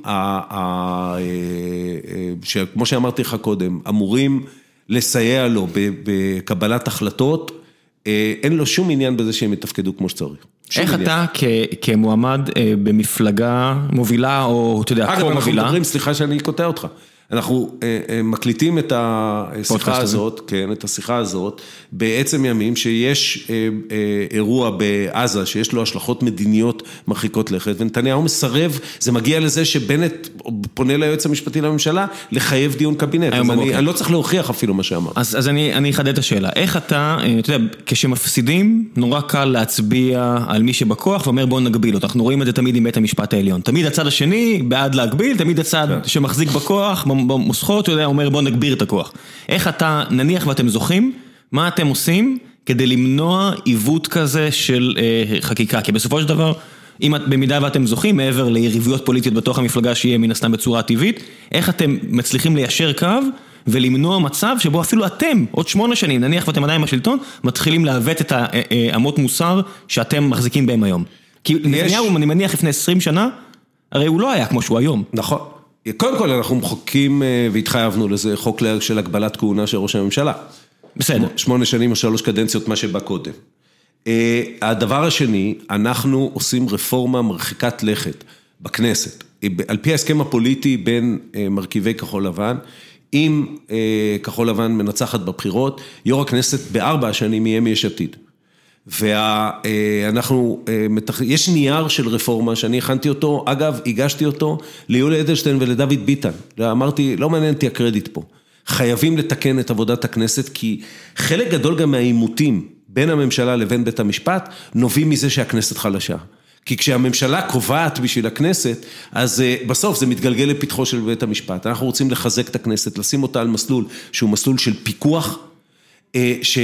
כמו שאמרתי לך קודם, אמורים לסייע לו בקבלת החלטות, אין לו שום עניין בזה שהם יתפקדו כמו שצריך. איך אתה כמועמד במפלגה מובילה, או אתה יודע, אגב, אנחנו מדברים, סליחה שאני קוטע אותך, אנחנו מקליטים את השיחה הזאת, כן, את השיחה הזאת, בעצם ימים שיש אירוע בעזה, שיש לו השלכות מדיניות מרחיקות לכת, ונתניהו מסרב, זה מגיע לזה שבנט פונה ליועץ המשפטי לממשלה, לחייב דיון קבינט, אז אני, אני לא צריך להוכיח אפילו מה שאמר. אז, אז אני, אני אחדד את השאלה, איך אתה, אתה יודע, כשמפסידים, נורא קל להצביע על מי שבכוח, ואומר בואו נגביל אותו, אנחנו רואים את זה תמיד עם בית המשפט העליון, תמיד הצד השני בעד להגביל, תמיד הצד שמחזיק בכוח, במוסכות, יודע, אומר בוא נגביר את הכוח. איך אתה, נניח ואתם זוכים, מה אתם עושים כדי למנוע עיוות כזה של אה, חקיקה? כי בסופו של דבר, אם את, במידה ואתם זוכים, מעבר ליריבויות פוליטיות בתוך המפלגה שיהיה מן הסתם בצורה טבעית, איך אתם מצליחים ליישר קו ולמנוע מצב שבו אפילו אתם, עוד שמונה שנים, נניח ואתם עדיין בשלטון, מתחילים לעוות את האמות מוסר שאתם מחזיקים בהם היום. כי נתניהו, אני מניח לפני עשרים שנה, הרי הוא לא היה כמו שהוא היום. נכון. קודם כל אנחנו מחוקים והתחייבנו לזה חוק של הגבלת כהונה של ראש הממשלה. בסדר. שמונה שנים או שלוש קדנציות מה שבא קודם. הדבר השני, אנחנו עושים רפורמה מרחיקת לכת בכנסת. על פי ההסכם הפוליטי בין מרכיבי כחול לבן, אם כחול לבן מנצחת בבחירות, יו"ר הכנסת בארבע השנים יהיה מיש עתיד. ואנחנו, יש נייר של רפורמה שאני הכנתי אותו, אגב, הגשתי אותו ליולי אדלשטיין ולדוד ביטן. אמרתי, לא מעניין אותי הקרדיט פה. חייבים לתקן את עבודת הכנסת, כי חלק גדול גם מהעימותים בין הממשלה לבין בית המשפט, נובעים מזה שהכנסת חלשה. כי כשהממשלה קובעת בשביל הכנסת, אז בסוף זה מתגלגל לפתחו של בית המשפט. אנחנו רוצים לחזק את הכנסת, לשים אותה על מסלול שהוא מסלול של פיקוח, ש...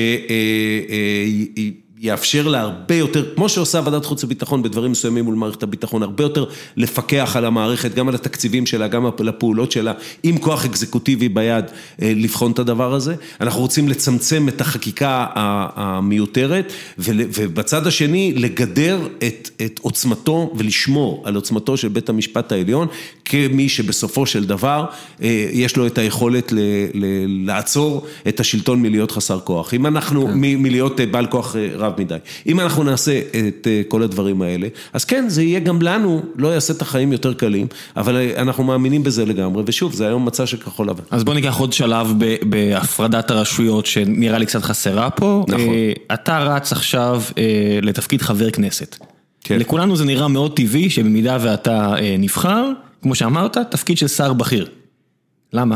יאפשר לה הרבה יותר, כמו שעושה ועדת חוץ וביטחון בדברים מסוימים מול מערכת הביטחון, הרבה יותר לפקח על המערכת, גם על התקציבים שלה, גם על הפעולות שלה, עם כוח אקזקוטיבי ביד, לבחון את הדבר הזה. אנחנו רוצים לצמצם את החקיקה המיותרת, ובצד השני, לגדר את, את עוצמתו ולשמור על עוצמתו של בית המשפט העליון, כמי שבסופו של דבר, יש לו את היכולת ל, ל, לעצור את השלטון מלהיות חסר כוח. אם אנחנו, מ, מלהיות בעל כוח רב, רב מדי. אם אנחנו נעשה את כל הדברים האלה, אז כן, זה יהיה גם לנו, לא יעשה את החיים יותר קלים, אבל אנחנו מאמינים בזה לגמרי, ושוב, זה היום מצע של כחול לבן. אז בוא ניקח עוד שלב בהפרדת הרשויות, שנראה לי קצת חסרה פה. נכון. אתה רץ עכשיו לתפקיד חבר כנסת. כן. לכולנו זה נראה מאוד טבעי, שבמידה ואתה נבחר, כמו שאמרת, תפקיד של שר בכיר. למה?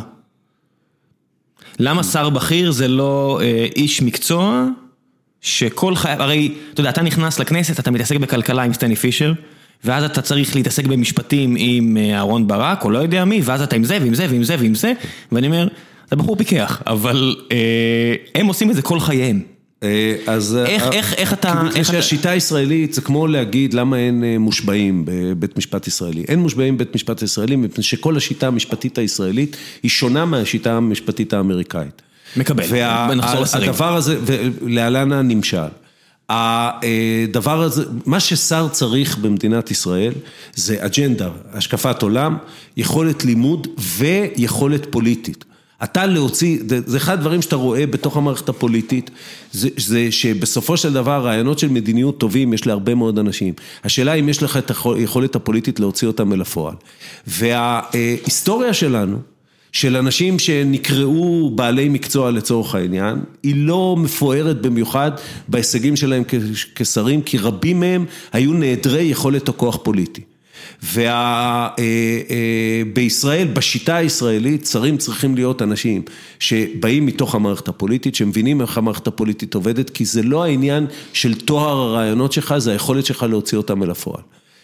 למה שר בכיר זה לא אה, איש מקצוע שכל חייב, הרי, אתה יודע, אתה נכנס לכנסת, אתה מתעסק בכלכלה עם סטני פישר, ואז אתה צריך להתעסק במשפטים עם אהרון ברק, או לא יודע מי, ואז אתה עם זה, ועם זה, ועם זה, ועם זה, ואני אומר, אתה בחור פיקח, אבל אה, הם עושים את זה כל חייהם. אז איך, איך, איך אתה... איך שהשיטה הישראלית זה כמו להגיד למה אין מושבעים בבית משפט ישראלי. אין מושבעים בבית משפט ישראלי, מפני שכל השיטה המשפטית הישראלית היא שונה מהשיטה המשפטית האמריקאית. מקבל, ונחזור לשרים. והדבר הזה, ולהלן הנמשל, הדבר הזה, מה ששר צריך במדינת ישראל, זה אג'נדה, השקפת עולם, יכולת לימוד ויכולת פוליטית. אתה להוציא, זה אחד הדברים שאתה רואה בתוך המערכת הפוליטית, זה, זה שבסופו של דבר רעיונות של מדיניות טובים יש להרבה מאוד אנשים. השאלה אם יש לך את היכולת הפוליטית להוציא אותם אל הפועל. וההיסטוריה שלנו, של אנשים שנקראו בעלי מקצוע לצורך העניין, היא לא מפוארת במיוחד בהישגים שלהם כשרים, כי רבים מהם היו נעדרי יכולת או כוח פוליטי. ובישראל, בשיטה הישראלית, שרים צריכים להיות אנשים שבאים מתוך המערכת הפוליטית, שמבינים איך המערכת הפוליטית עובדת, כי זה לא העניין של תואר הרעיונות שלך, זה היכולת שלך להוציא אותם אל הפועל.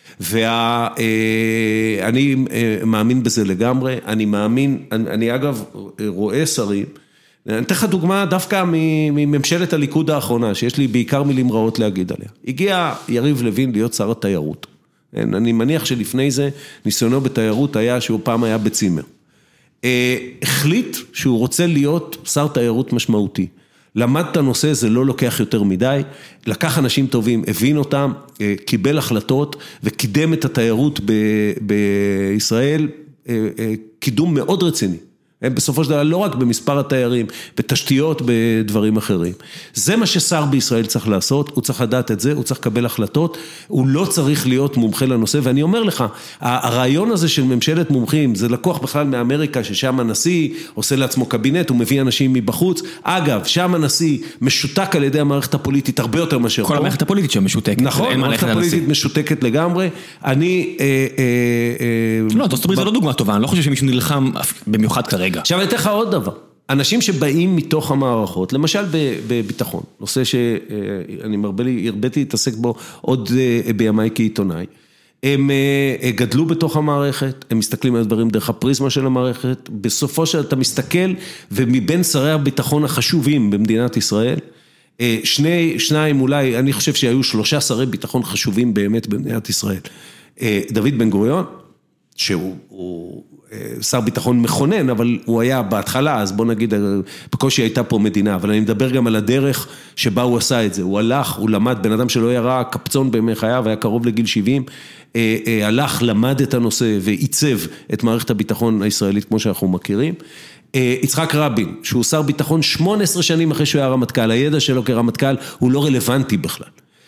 ואני מאמין בזה לגמרי, אני מאמין, אני אגב רואה שרים, אני אתן לך דוגמה דווקא מממשלת הליכוד האחרונה, שיש לי בעיקר מילים רעות להגיד עליה. הגיע יריב לוין להיות שר התיירות. אני מניח שלפני זה ניסיונו בתיירות היה שהוא פעם היה בצימר. החליט שהוא רוצה להיות שר תיירות משמעותי. למד את הנושא, זה לא לוקח יותר מדי, לקח אנשים טובים, הבין אותם, קיבל החלטות וקידם את התיירות ב- בישראל, קידום מאוד רציני. בסופו של דבר לא רק במספר התיירים, בתשתיות, בדברים אחרים. זה מה ששר בישראל צריך לעשות, הוא צריך לדעת את זה, הוא צריך לקבל החלטות, הוא לא צריך להיות מומחה לנושא, ואני אומר לך, הרעיון הזה של ממשלת מומחים, זה לקוח בכלל מאמריקה, ששם הנשיא עושה לעצמו קבינט, הוא מביא אנשים מבחוץ, אגב, שם הנשיא משותק על ידי המערכת הפוליטית, הרבה יותר מאשר כל המערכת הפוליטית שמשותקת. נכון, המערכת הפוליטית משותקת לגמרי, אני... לא, ארצות הברית זה לא דוגמה טובה, אני לא חושב שמישהו נלחם במיוחד כרגע. עכשיו, אני אתן לך עוד דבר. אנשים שבאים מתוך המערכות, למשל בביטחון, נושא שאני הרביתי להתעסק בו עוד בימיי כעיתונאי, הם גדלו בתוך המערכת, הם מסתכלים על דברים דרך הפריזמה של המערכת, בסופו של אתה מסתכל, ומבין שרי הביטחון החשובים במדינת ישראל, שני, שניים אולי, אני חושב שהיו שלושה שרי ביטחון חשובים באמת במדינת ישראל. דוד בן גוריון, שהוא הוא שר ביטחון מכונן, אבל הוא היה בהתחלה, אז בוא נגיד, בקושי הייתה פה מדינה, אבל אני מדבר גם על הדרך שבה הוא עשה את זה, הוא הלך, הוא למד, בן אדם שלא יראה קפצון בימי חייו, היה קרוב לגיל שבעים, הלך, למד את הנושא ועיצב את מערכת הביטחון הישראלית כמו שאנחנו מכירים, יצחק רבין, שהוא שר ביטחון שמונה עשרה שנים אחרי שהוא היה רמטכ"ל, הידע שלו כרמטכ"ל הוא לא רלוונטי בכלל,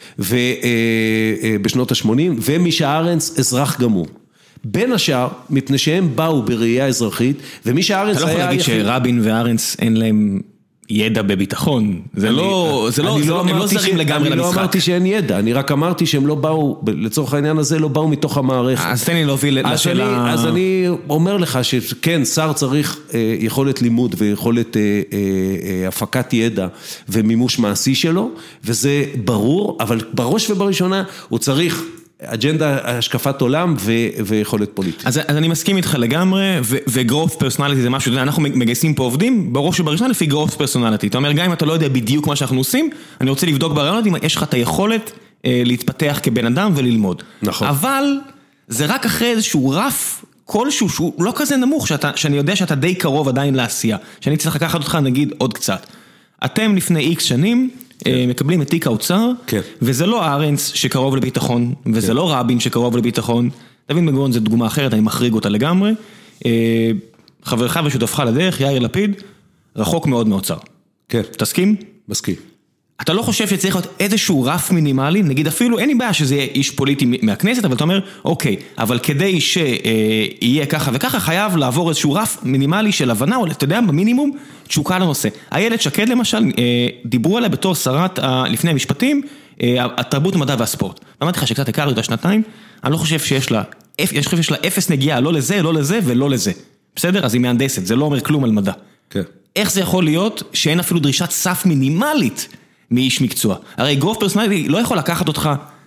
ובשנות ה-שמונים, ומישה ארנס, אזרח גמור. בין השאר, מפני שהם באו בראייה אזרחית, ומי שארנס היה... אתה לא יכול להגיד שרבין וארנס אין להם ידע בביטחון, זה לא, זה לא, הם לא זרים לגמרי למשחק. אני לא אמרתי שאין ידע, אני רק אמרתי שהם לא באו, לצורך העניין הזה, לא באו מתוך המערכת. אז תן לי להוביל לשאלה... אז אני אומר לך שכן, שר צריך יכולת לימוד ויכולת הפקת ידע ומימוש מעשי שלו, וזה ברור, אבל בראש ובראשונה הוא צריך... אג'נדה, השקפת עולם ויכולת פוליטית. אז אני מסכים איתך לגמרי, וגרוף פרסונליטי זה משהו, אנחנו מגייסים פה עובדים, בראש ובראשונה לפי גרוף פרסונליטי. אתה אומר, גם אם אתה לא יודע בדיוק מה שאנחנו עושים, אני רוצה לבדוק ברעיונות, אם יש לך את היכולת להתפתח כבן אדם וללמוד. נכון. אבל זה רק אחרי איזשהו רף כלשהו, שהוא לא כזה נמוך, שאני יודע שאתה די קרוב עדיין לעשייה, שאני צריך לקחת אותך נגיד עוד קצת. אתם לפני איקס שנים, מקבלים את תיק האוצר, וזה לא ארנס שקרוב לביטחון, וזה לא רבין שקרוב לביטחון, דוד בן גוריון זה דוגמה אחרת, אני מחריג אותה לגמרי, חברך ושותפך לדרך, יאיר לפיד, רחוק מאוד מאוצר. כן. תסכים? מסכים. אתה לא חושב שצריך להיות איזשהו רף מינימלי, נגיד אפילו, אין לי בעיה שזה יהיה איש פוליטי מהכנסת, אבל אתה אומר, אוקיי, אבל כדי שיהיה ככה וככה, חייב לעבור איזשהו רף מינימלי של הבנה, או אתה יודע, במינימום, תשוקה לנושא. איילת שקד למשל, דיברו עליה בתור שרת לפני המשפטים, התרבות, המדע והספורט. אמרתי לך שקצת הכרתי אותה שנתיים, אני לא חושב שיש לה, יש חושב שיש לה אפס נגיעה, לא לזה, לא לזה ולא לזה. בסדר? אז היא מהנדסת, זה לא אומר כלום על מדע. כן. איך זה יכול להיות שאין אפילו דרישת סף מינימלית מאיש מקצוע? הרי גרוף פרסונלי לא יכול לקחת אותך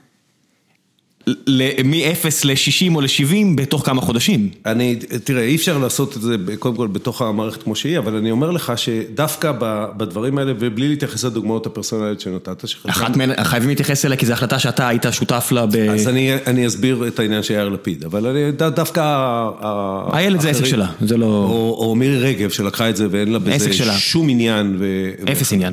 מ-אפס ל-שישים או ל-שבעים בתוך כמה חודשים. אני, תראה, אי אפשר לעשות את זה קודם כל בתוך המערכת כמו שהיא, אבל אני אומר לך שדווקא בדברים האלה, ובלי להתייחס לדוגמאות הפרסונליות שנתת, אחת מהן, חייבים להתייחס אליה, כי זו החלטה שאתה היית שותף לה ב... אז אני, אני אסביר את העניין שיאיר לפיד, אבל אני, דווקא... הילד זה עסק שלה, זה לא... או, או מירי רגב שלקחה את זה ואין לה בזה שום עניין. ו... אפס עניין.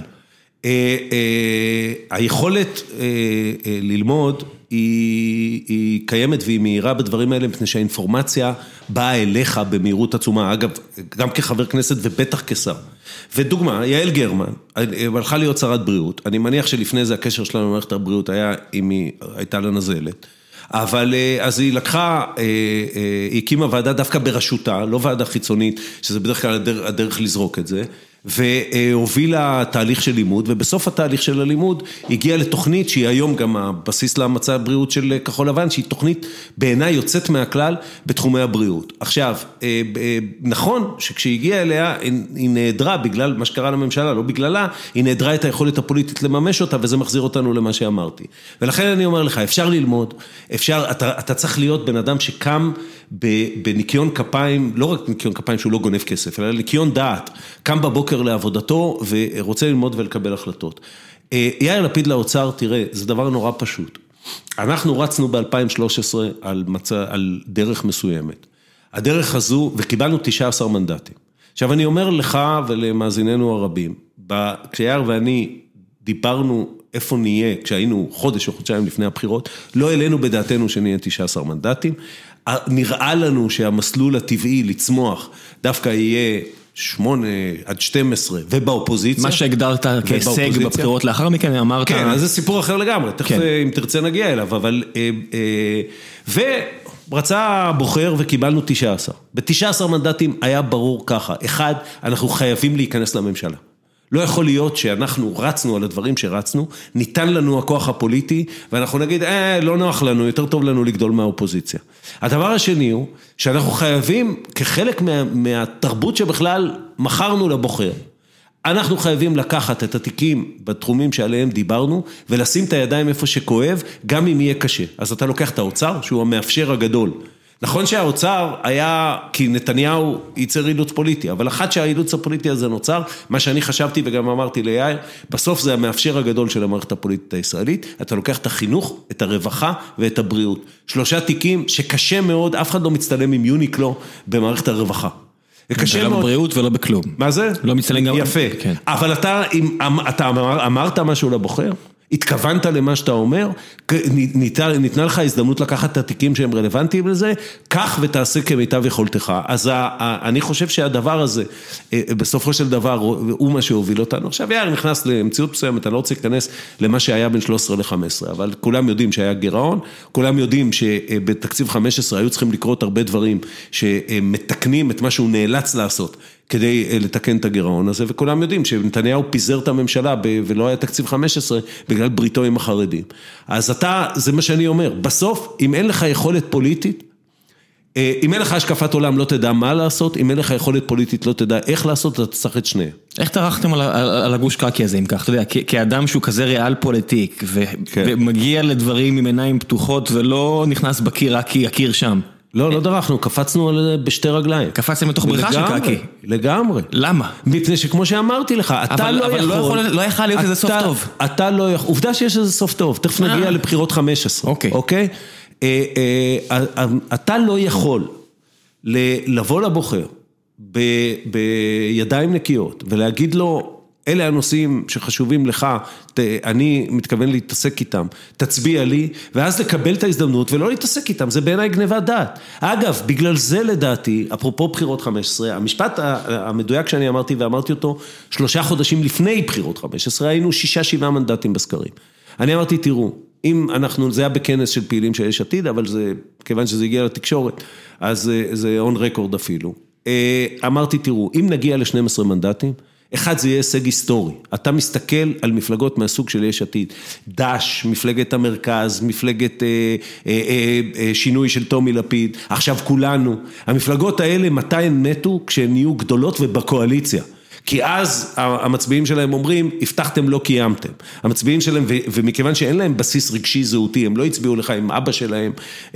היכולת ללמוד היא, היא קיימת והיא מהירה בדברים האלה, מפני שהאינפורמציה באה אליך במהירות עצומה, אגב, גם כחבר כנסת ובטח כשר. ודוגמה, יעל גרמן, הלכה להיות שרת בריאות, אני מניח שלפני זה הקשר שלנו במערכת הבריאות היה, אם היא הייתה לה נזלת, אבל אז היא לקחה, היא הקימה ועדה דווקא בראשותה, לא ועדה חיצונית, שזה בדרך כלל הדרך, הדרך לזרוק את זה, והובילה תהליך של לימוד, ובסוף התהליך של הלימוד הגיעה לתוכנית שהיא היום גם הבסיס למצע הבריאות של כחול לבן, שהיא תוכנית בעיניי יוצאת מהכלל בתחומי הבריאות. עכשיו, נכון שכשהיא הגיעה אליה, היא נעדרה בגלל מה שקרה לממשלה, לא בגללה, היא נעדרה את היכולת הפוליטית לממש אותה, וזה מחזיר אותנו למה שאמרתי. ולכן אני אומר לך, אפשר ללמוד, אפשר, אתה, אתה צריך להיות בן אדם שקם בניקיון כפיים, לא רק ניקיון כפיים שהוא לא גונב כסף, אלא ניקיון דעת, קם בבוקר לעבודתו ורוצה ללמוד ולקבל החלטות. יאיר לפיד לאוצר, תראה, זה דבר נורא פשוט. אנחנו רצנו ב-אלפיים ושלוש עשרה על, מצא, על דרך מסוימת. הדרך הזו, וקיבלנו תשעה עשר מנדטים. עכשיו אני אומר לך ולמאזיננו הרבים, כשיאיר ואני דיברנו איפה נהיה, כשהיינו חודש או חודשיים לפני הבחירות, לא אלינו בדעתנו שנהיה תשעה עשר מנדטים, נראה לנו שהמסלול הטבעי לצמוח דווקא יהיה שמונה עד שתים עשרה, ובאופוזיציה. מה שהגדרת כהישג בבחירות לאחר מכן, אמרת... כן, אז זה סיפור אחר לגמרי, תכף אם תרצה נגיע אליו, אבל... ורצה בוחר וקיבלנו תשעה עשר. ב-תשעה עשר מנדטים היה ברור ככה, אחד, אנחנו חייבים להיכנס לממשלה. לא יכול להיות שאנחנו רצנו על הדברים שרצנו, ניתן לנו הכוח הפוליטי, ואנחנו נגיד, אה, לא נוח לנו, יותר טוב לנו לגדול מהאופוזיציה. הדבר השני הוא, שאנחנו חייבים, כחלק מה, מהתרבות שבכלל מכרנו לבוחר, אנחנו חייבים לקחת את התיקים בתחומים שעליהם דיברנו, ולשים את הידיים איפה שכואב, גם אם יהיה קשה. אז אתה לוקח את האוצר, שהוא המאפשר הגדול, נכון שהאוצר היה, כי נתניהו ייצר אילוץ פוליטי, אבל אחת שהאילוץ הפוליטי הזה נוצר, מה שאני חשבתי וגם אמרתי ליאיר, בסוף זה המאפשר הגדול של המערכת הפוליטית הישראלית, אתה לוקח את החינוך, את הרווחה ואת הבריאות. שלושה תיקים שקשה מאוד, אף אחד לא מצטלם עם יוניקלו במערכת הרווחה. לא בבריאות ולא בכלום. מה זה? לא מצטלם גם... יפה. אבל אתה, אתה אמרת משהו לבוחר? התכוונת למה שאתה אומר, ניתנה לך הזדמנות לקחת את התיקים שהם רלוונטיים לזה, כך ותעשה כמיטב יכולתך. אז אני חושב שהדבר הזה, בסופו של דבר, הוא מה שהוביל אותנו. עכשיו יאיר נכנס למציאות מסוימת, אני לא רוצה להיכנס למה שהיה בין שלוש עשרה ל-חמש עשרה, אבל כולם יודעים שהיה גירעון, כולם יודעים שבתקציב חמש עשרה היו צריכים לקרות הרבה דברים שמתקנים את מה שהוא נאלץ לעשות, כדי לתקן את הגירעון הזה, וכולם יודעים שנתניהו פיזר את הממשלה ולא היה תקציב חמש עשרה בגלל בריתו עם החרדים. אז אתה, זה מה שאני אומר, בסוף, אם אין לך יכולת פוליטית, אם אין לך השקפת עולם, לא תדע מה לעשות, אם אין לך יכולת פוליטית, לא תדע איך לעשות, אתה צריך את שניהם. איך תרחתם על, על, על הגוש קקי הזה, אם כך? אתה יודע, כ- כאדם שהוא כזה ריאל פוליטיק, ו- כן. ומגיע לדברים עם עיניים פתוחות, ולא נכנס בקיר, רק כי הקיר שם. לא, לא דרכנו, קפצנו בשתי רגליים. קפצתם מתוך בריכה של קקי. לגמרי. למה? מפני שכמו שאמרתי לך, אתה לא יכול... אבל לא יכול להיות איזה סוף טוב. אתה לא יכול... עובדה שיש איזה סוף טוב, תכף נגיע לבחירות חמש עשרה. אוקיי. אוקיי? אתה לא יכול לבוא לבוחר בידיים נקיות ולהגיד לו, אלה הנושאים שחשובים לך, אני מתכוון להתעסק איתם, תצביע לי, ואז לקבל את ההזדמנות ולא להתעסק איתם, זה בעיניי גניבת דעת. אגב, בגלל זה לדעתי, אפרופו בחירות חמש עשרה, המשפט המדויק שאני אמרתי ואמרתי אותו, שלושה חודשים לפני בחירות חמש עשרה, היינו שישה שבעה מנדטים בסקרים. אני אמרתי, תראו, אם אנחנו, זה היה בכנס של פעילים של יש עתיד, אבל זה, כיוון שזה הגיע לתקשורת, אז זה on record אפילו. אמרתי, תראו, אם נגיע ל-שנים עשר מנדטים, אחד זה יהיה הישג היסטורי. אתה מסתכל על מפלגות מהסוג של יש עתיד. דש, מפלגת המרכז, מפלגת אה, אה, אה, שינוי של תומי לפיד, עכשיו כולנו. המפלגות האלה מתי הן מתו? כשהן יהיו גדולות ובקואליציה. כי אז המצביעים שלהם אומרים, הבטחתם לא קיימתם. המצביעים שלהם, ומכיוון שאין להם בסיס רגשי זהותי, הם לא הצביעו לך עם אבא שלהם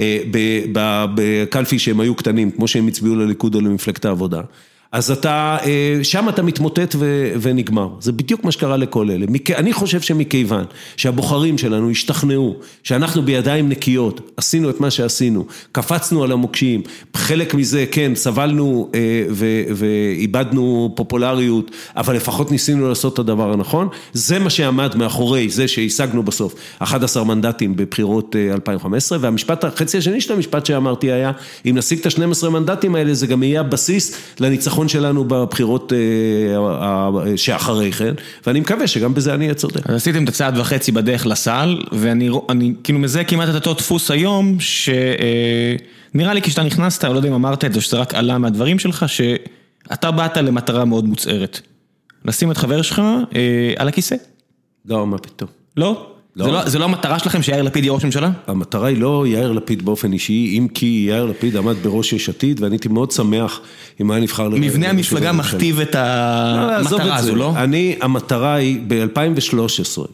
בקלפי שהם היו קטנים, כמו שהם הצביעו לליכוד או למפלגת העבודה. אז אתה, שם אתה מתמוטט ונגמר. זה בדיוק מה שקרה לכל אלה. אני חושב שמכיוון שהבוחרים שלנו השתכנעו, שאנחנו בידיים נקיות, עשינו את מה שעשינו, קפצנו על המוקשים, חלק מזה, כן, סבלנו ואיבדנו פופולריות, אבל לפחות ניסינו לעשות את הדבר הנכון. זה מה שעמד מאחורי זה שהשגנו בסוף אחד עשר מנדטים בבחירות אלפיים וחמש עשרה, והמשפט, החצי השני של המשפט שאמרתי היה, אם נשיג את ה-שנים עשר מנדטים האלה, זה גם יהיה בסיס לניצחון שלנו בבחירות שאחרי כן, ואני מקווה שגם בזה אני אהיה צודק. אז עשיתם את הצעד וחצי בדרך לסל, ואני כאילו מזה כמעט את אותו דפוס היום, שנראה לי כשאתה נכנסת, לא יודע אם אמרת את זה, שזה רק עלה מהדברים שלך, שאתה באת למטרה מאוד מוצערת. לשים את חבר שלך על הכיסא? לא, מה פתאום. לא? זה לא, זה לא המטרה שלכם שיאיר לפיד יהיה ראש ממשלה? המטרה היא לא יאיר לפיד באופן אישי, אם כי יאיר לפיד עמד בראש יש עתיד, ואני הייתי מאוד שמח אם היה נבחר... מבנה המפלגה מכתיב את המטרה הזו, לא? אני, המטרה היא ב-אלפיים ושלוש עשרה,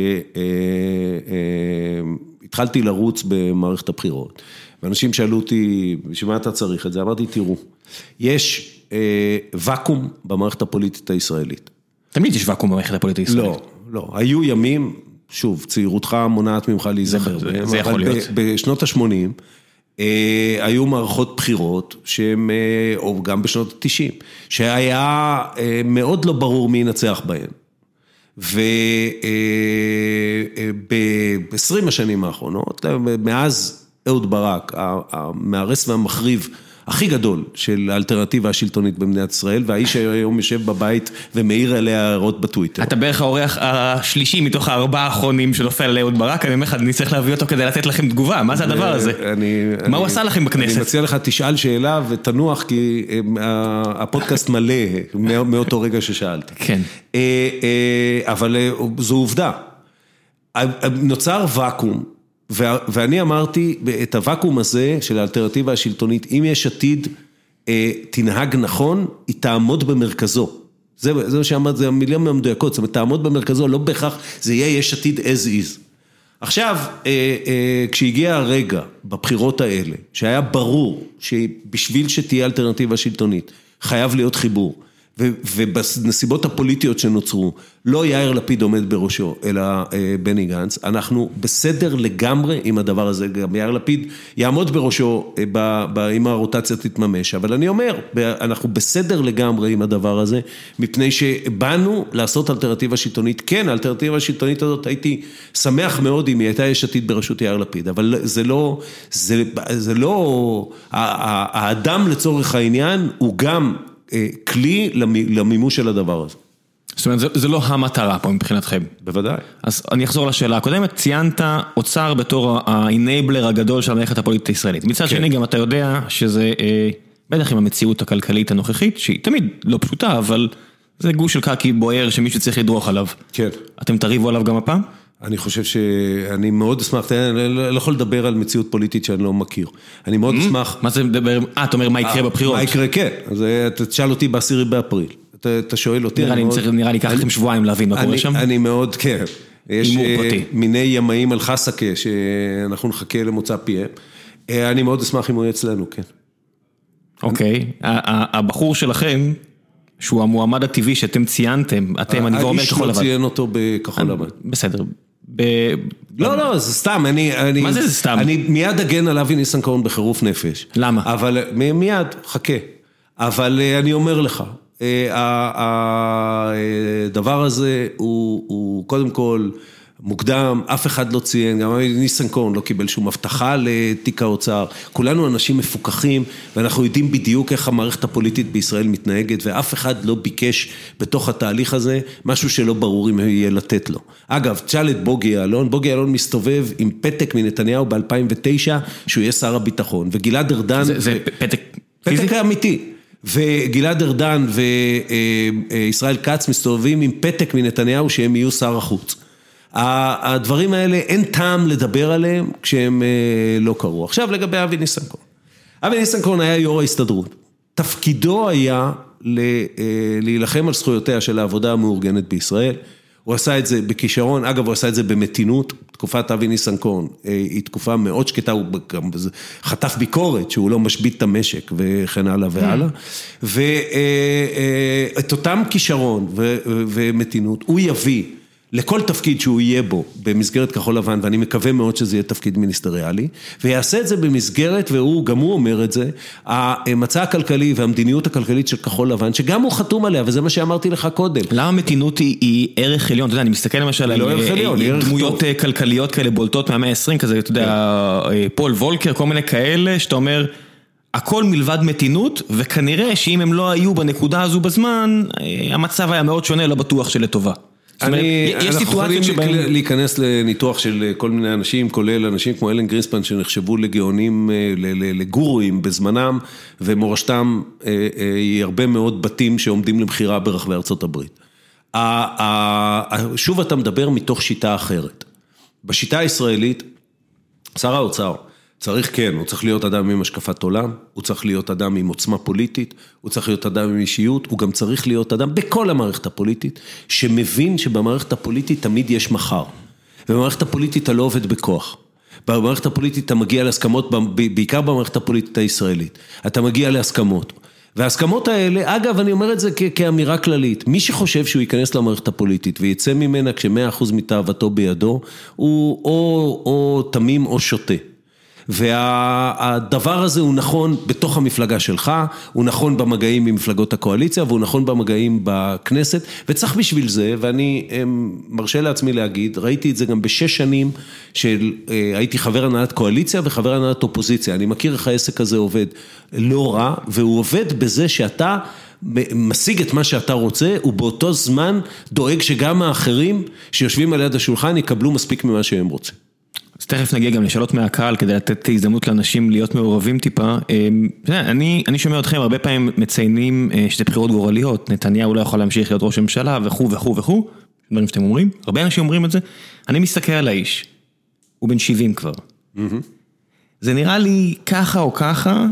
כשהתחלתי לרוץ במערכת הבחירות, ואנשים שאלו אותי, בשביל מה אתה צריך את זה? אמרתי, תראו, יש ואקום במערכת הפוליטית הישראלית. תמיד יש ואקום במערכת הפוליטית הישראלית. לא, לא, היו ימים... שוב, צעירותך מונעת ממך להיזכר. זה, זה יכול להיות. בשנות ה-שמונים, אה, היו מערכות בחירות, שהם, אה, או גם בשנות ה-תשעים, שהיה אה, מאוד לא ברור מי ינצח בהן. וב-עשרים השנים האחרונות, מאז אהוד ברק, המארס והמחריב, הכי גדול של האלטרנטיבה השלטונית במדינת ישראל, והאיש היום יושב בבית ומאיר עליה הערות בטוויטר. אתה בערך האורח השלישי מתוך הארבעה האחרונים שנופל לאהוד ברק, אני אומר לך, אני צריך להביא אותו כדי לתת לכם תגובה, מה זה הדבר הזה? מה הוא עשה לכם בכנסת? אני מציע לך, תשאל שאלה ותנוח, כי הפודקאסט מלא מאותו רגע ששאלת. כן. אבל זו עובדה. נוצר ואקום, ואני אמרתי, את הוואקום הזה של האלטרנטיבה השלטונית, אם יש עתיד תנהג נכון, היא תעמוד במרכזו. זה מה שאמרת, זה המילים המדויקות, זאת אומרת, תעמוד במרכזו, לא בהכרח, זה יהיה יש עתיד as is. עכשיו, כשהגיע הרגע בבחירות האלה, שהיה ברור שבשביל שתהיה אלטרנטיבה שלטונית, חייב להיות חיבור, ובנסיבות הפוליטיות שנוצרו, לא יאיר לפיד עומד בראשו, אלא בני גנץ, אנחנו בסדר לגמרי עם הדבר הזה, גם יאיר לפיד יעמוד בראשו אם הרוטציה תתממש, אבל אני אומר, אנחנו בסדר לגמרי עם הדבר הזה, מפני שבאנו לעשות אלטרנטיבה שלטונית, כן, האלטרנטיבה השלטונית הזאת, הייתי שמח מאוד אם היא הייתה יש עתיד בראשות יאיר לפיד, אבל זה לא, זה, זה לא, האדם לצורך העניין הוא גם כלי למימוש של הדבר הזה. זאת אומרת, זה, זה לא המטרה פה מבחינתכם. בוודאי. אז אני אחזור לשאלה הקודמת, ציינת אוצר בתור האנבלר הגדול של המערכת הפוליטית הישראלית. מצד כן. שני גם אתה יודע שזה, אה, בטח עם המציאות הכלכלית הנוכחית, שהיא תמיד לא פשוטה, אבל זה גוש של קקי בוער שמישהו צריך לדרוך עליו. כן. אתם תריבו עליו גם הפעם? אני חושב שאני מאוד אשמח, אני לא יכול לדבר על מציאות פוליטית שאני לא מכיר. אני מאוד אשמח... מה זה מדבר? אה, אתה אומר מה יקרה בבחירות? מה יקרה, כן. אז תשאל אותי בעשירי באפריל. אתה שואל אותי... נראה לי ככה לכם שבועיים להבין מה קורה שם. אני מאוד, כן. יש מיני ימאים על חסקה שאנחנו נחכה למוצא פיהם. אני מאוד אשמח אם הוא יהיה אצלנו, כן. אוקיי. הבחור שלכם... שהוא המועמד הטבעי שאתם ציינתם, אתם, אני כבר אומר כחול לבן. האיש לא ציין אותו בכחול לבן. בסדר. לא, לא, זה סתם, אני... מה זה זה סתם? אני מיד אגן על אבי ניסנקורן בחירוף נפש. למה? אבל מיד, חכה. אבל אני אומר לך, הדבר הזה הוא, הוא קודם כל מוקדם, אף אחד לא ציין, גם ניסנקורן לא קיבל שום הבטחה לתיק האוצר, כולנו אנשים מפוקחים, ואנחנו יודעים בדיוק איך המערכת הפוליטית בישראל מתנהגת, ואף אחד לא ביקש בתוך התהליך הזה, משהו שלא ברור אם יהיה לתת לו. אגב, תשאל את בוגי יעלון, בוגי יעלון מסתובב עם פתק מנתניהו ב-אלפיים ותשע, שהוא יהיה שר הביטחון, וגלעד ארדן... זה, זה פתק פיזי? פתק אמיתי. וגלעד ארדן וישראל כץ מסתובבים עם פתק מנתניהו שהם יהיו שר החוץ. הדברים האלה אין טעם לדבר עליהם כשהם לא קרו. עכשיו לגבי אבי ניסנקורן. אבי ניסנקורן היה יו"ר ההסתדרות. תפקידו היה להילחם על זכויותיה של העבודה המאורגנת בישראל. הוא עשה את זה בכישרון, אגב הוא עשה את זה במתינות, תקופת אבי ניסנקורן היא תקופה מאוד שקטה, הוא גם חטף ביקורת שהוא לא משבית את המשק וכן הלאה והלאה, ואת אותם כישרון ומתינות הוא יביא לכל תפקיד שהוא יהיה בו במסגרת כחול לבן, ואני מקווה מאוד שזה יהיה תפקיד מיניסטריאלי, ויעשה את זה במסגרת, והוא גם הוא אומר את זה, המצע הכלכלי והמדיניות הכלכלית של כחול לבן, שגם הוא חתום עליה, וזה מה שאמרתי לך קודם. למה מתינות היא, היא ערך עליון? אתה יודע, אני מסתכל למשל על דמויות כלכליות כאלה בולטות מהמאה ה-עשרים, כזה, אתה יודע, פול וולקר, כל מיני כאלה, שאתה אומר, הכל מלבד מתינות, וכנראה שאם הם לא היו בנקודה הזו בזמן, המצב היה מאוד שונה, לא בטוח שלטובה. אני, אנחנו יכולים שבהם... להיכנס לניתוח של כל מיני אנשים, כולל אנשים כמו אלן גרינספן שנחשבו לגאונים, לגורואים בזמנם, ומורשתם היא הרבה מאוד בתים שעומדים למחירה ברחבי ארצות הברית. שוב אתה מדבר מתוך שיטה אחרת. בשיטה הישראלית, שר האוצר, צריך כן, הוא צריך להיות אדם עם השקפת עולם, הוא צריך להיות אדם עם עוצמה פוליטית, הוא צריך להיות אדם עם אישיות, הוא גם צריך להיות אדם בכל המערכת הפוליטית, שמבין שבמערכת הפוליטית תמיד יש מחר, ובמערכת הפוליטית אתה לא עובד בכוח, במערכת הפוליטית אתה מגיע להסכמות, בעיקר במערכת הפוליטית הישראלית, אתה מגיע להסכמות, וההסכמות האלה, אגב אני אומר את זה כאמירה כללית, מי שחושב שהוא ייכנס למערכת הפוליטית, ויצא ממנה כש-מאה אחוז מתאוותו בידו, הוא או, או תמים או שוטה. והדבר הזה הוא נכון בתוך המפלגה שלך, הוא נכון במגעים עם מפלגות הקואליציה, והוא נכון במגעים בכנסת, וצריך בשביל זה, ואני מרשה לעצמי להגיד, ראיתי את זה גם בשש שנים, של הייתי חבר הנהלת קואליציה וחבר הנהלת אופוזיציה, אני מכיר איך העסק הזה עובד לא רע, והוא עובד בזה שאתה משיג את מה שאתה רוצה, ובאותו זמן דואג שגם האחרים שיושבים על יד השולחן יקבלו מספיק ממה שהם רוצים. אז תכף נגיע גם לשאלות מהקהל, כדי לתת הזדמנות לאנשים להיות מעורבים טיפה. אני, אני שומע אתכם, הרבה פעמים מציינים שתי בחירות גורליות, נתניהו לא יכול להמשיך להיות ראש הממשלה, וכו' וכו' וכו', דברים שאתם אומרים, הרבה אנשים אומרים את זה, אני מסתכל על האיש, הוא בן שבעים כבר. זה נראה לי ככה או ככה,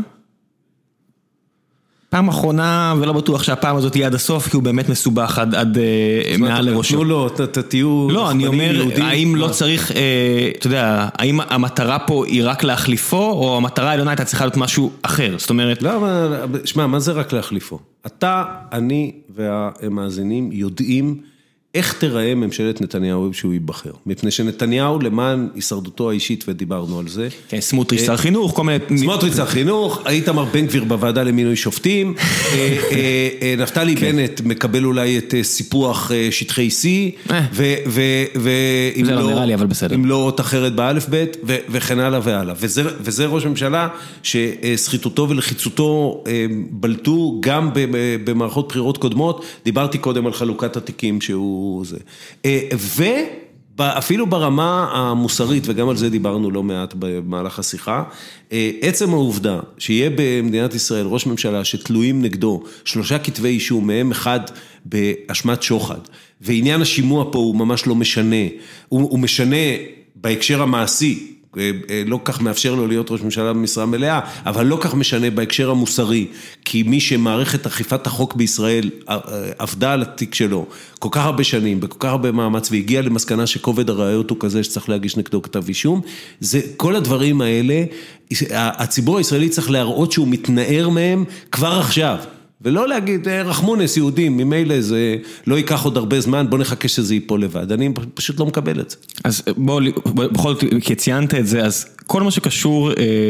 פעם אחרונה, ולא בטוח שהפעם הזאת תהיה עד הסוף, כי הוא באמת מסובך עד, עד מעל לראשו. לא, לא, תהיו... לא, אני אומר, האם לא צריך, אתה יודע, האם המטרה פה היא רק להחליפו, או המטרה העליונה הייתה צריכה להיות משהו אחר? זאת אומרת... לא, אבל, שמע, מה זה רק להחליפו? אתה, אני והמאזינים יודעים איך תראה ממשלת נתניהו שהוא ייבחר. מפני שנתניהו למען הישרדותו האישית, ודיברנו על זה. כן, סמוטריץ' שר חינוך, כל מיני... סמוטריץ' שר חינוך, איתמר בן גביר בוועדה למינוי שופטים, נפתלי בנט מקבל אולי את סיפוח שטחי C, ואם לא נראה לי, אבל בסדר. אם לא אות אחרת באלף בית, וכן הלאה והלאה. וזה ראש ממשלה שסחיטותו ולחיצותו בלטו גם במערכות בחירות קודמות, דיברתי קודם על חלוקת התיקים שהוא זה. ואפילו ברמה המוסרית, וגם על זה דיברנו לא מעט במהלך השיחה, עצם העובדה שיהיה במדינת ישראל ראש ממשלה שתלויים נגדו שלושה כתבי אישום, מהם אחד באשמת שוחד, ועניין השימוע פה הוא ממש לא משנה, הוא, הוא משנה בהקשר המעשי, לא כך מאפשר לו להיות ראש ממשלה במשרה מלאה, אבל לא כך משנה בהקשר המוסרי, כי מי שמערכת אכיפת החוק בישראל עבדה על התיק שלו כל כך הרבה שנים, בכל כך הרבה מאמץ, והגיע למסקנה שכובד הראיות הוא כזה שצריך להגיש נגדו כתב אישום, זה כל הדברים האלה, הציבור הישראלי צריך להראות שהוא מתנער מהם כבר עכשיו, ולא להגיד, רחמונס יהודים, ממילא זה לא ייקח עוד הרבה זמן, בוא נחכה שזה ייפול לבד. אני פשוט לא מקבל את זה. אז בוא, בכל זאת, כי ציינת את זה, אז כל מה שקשור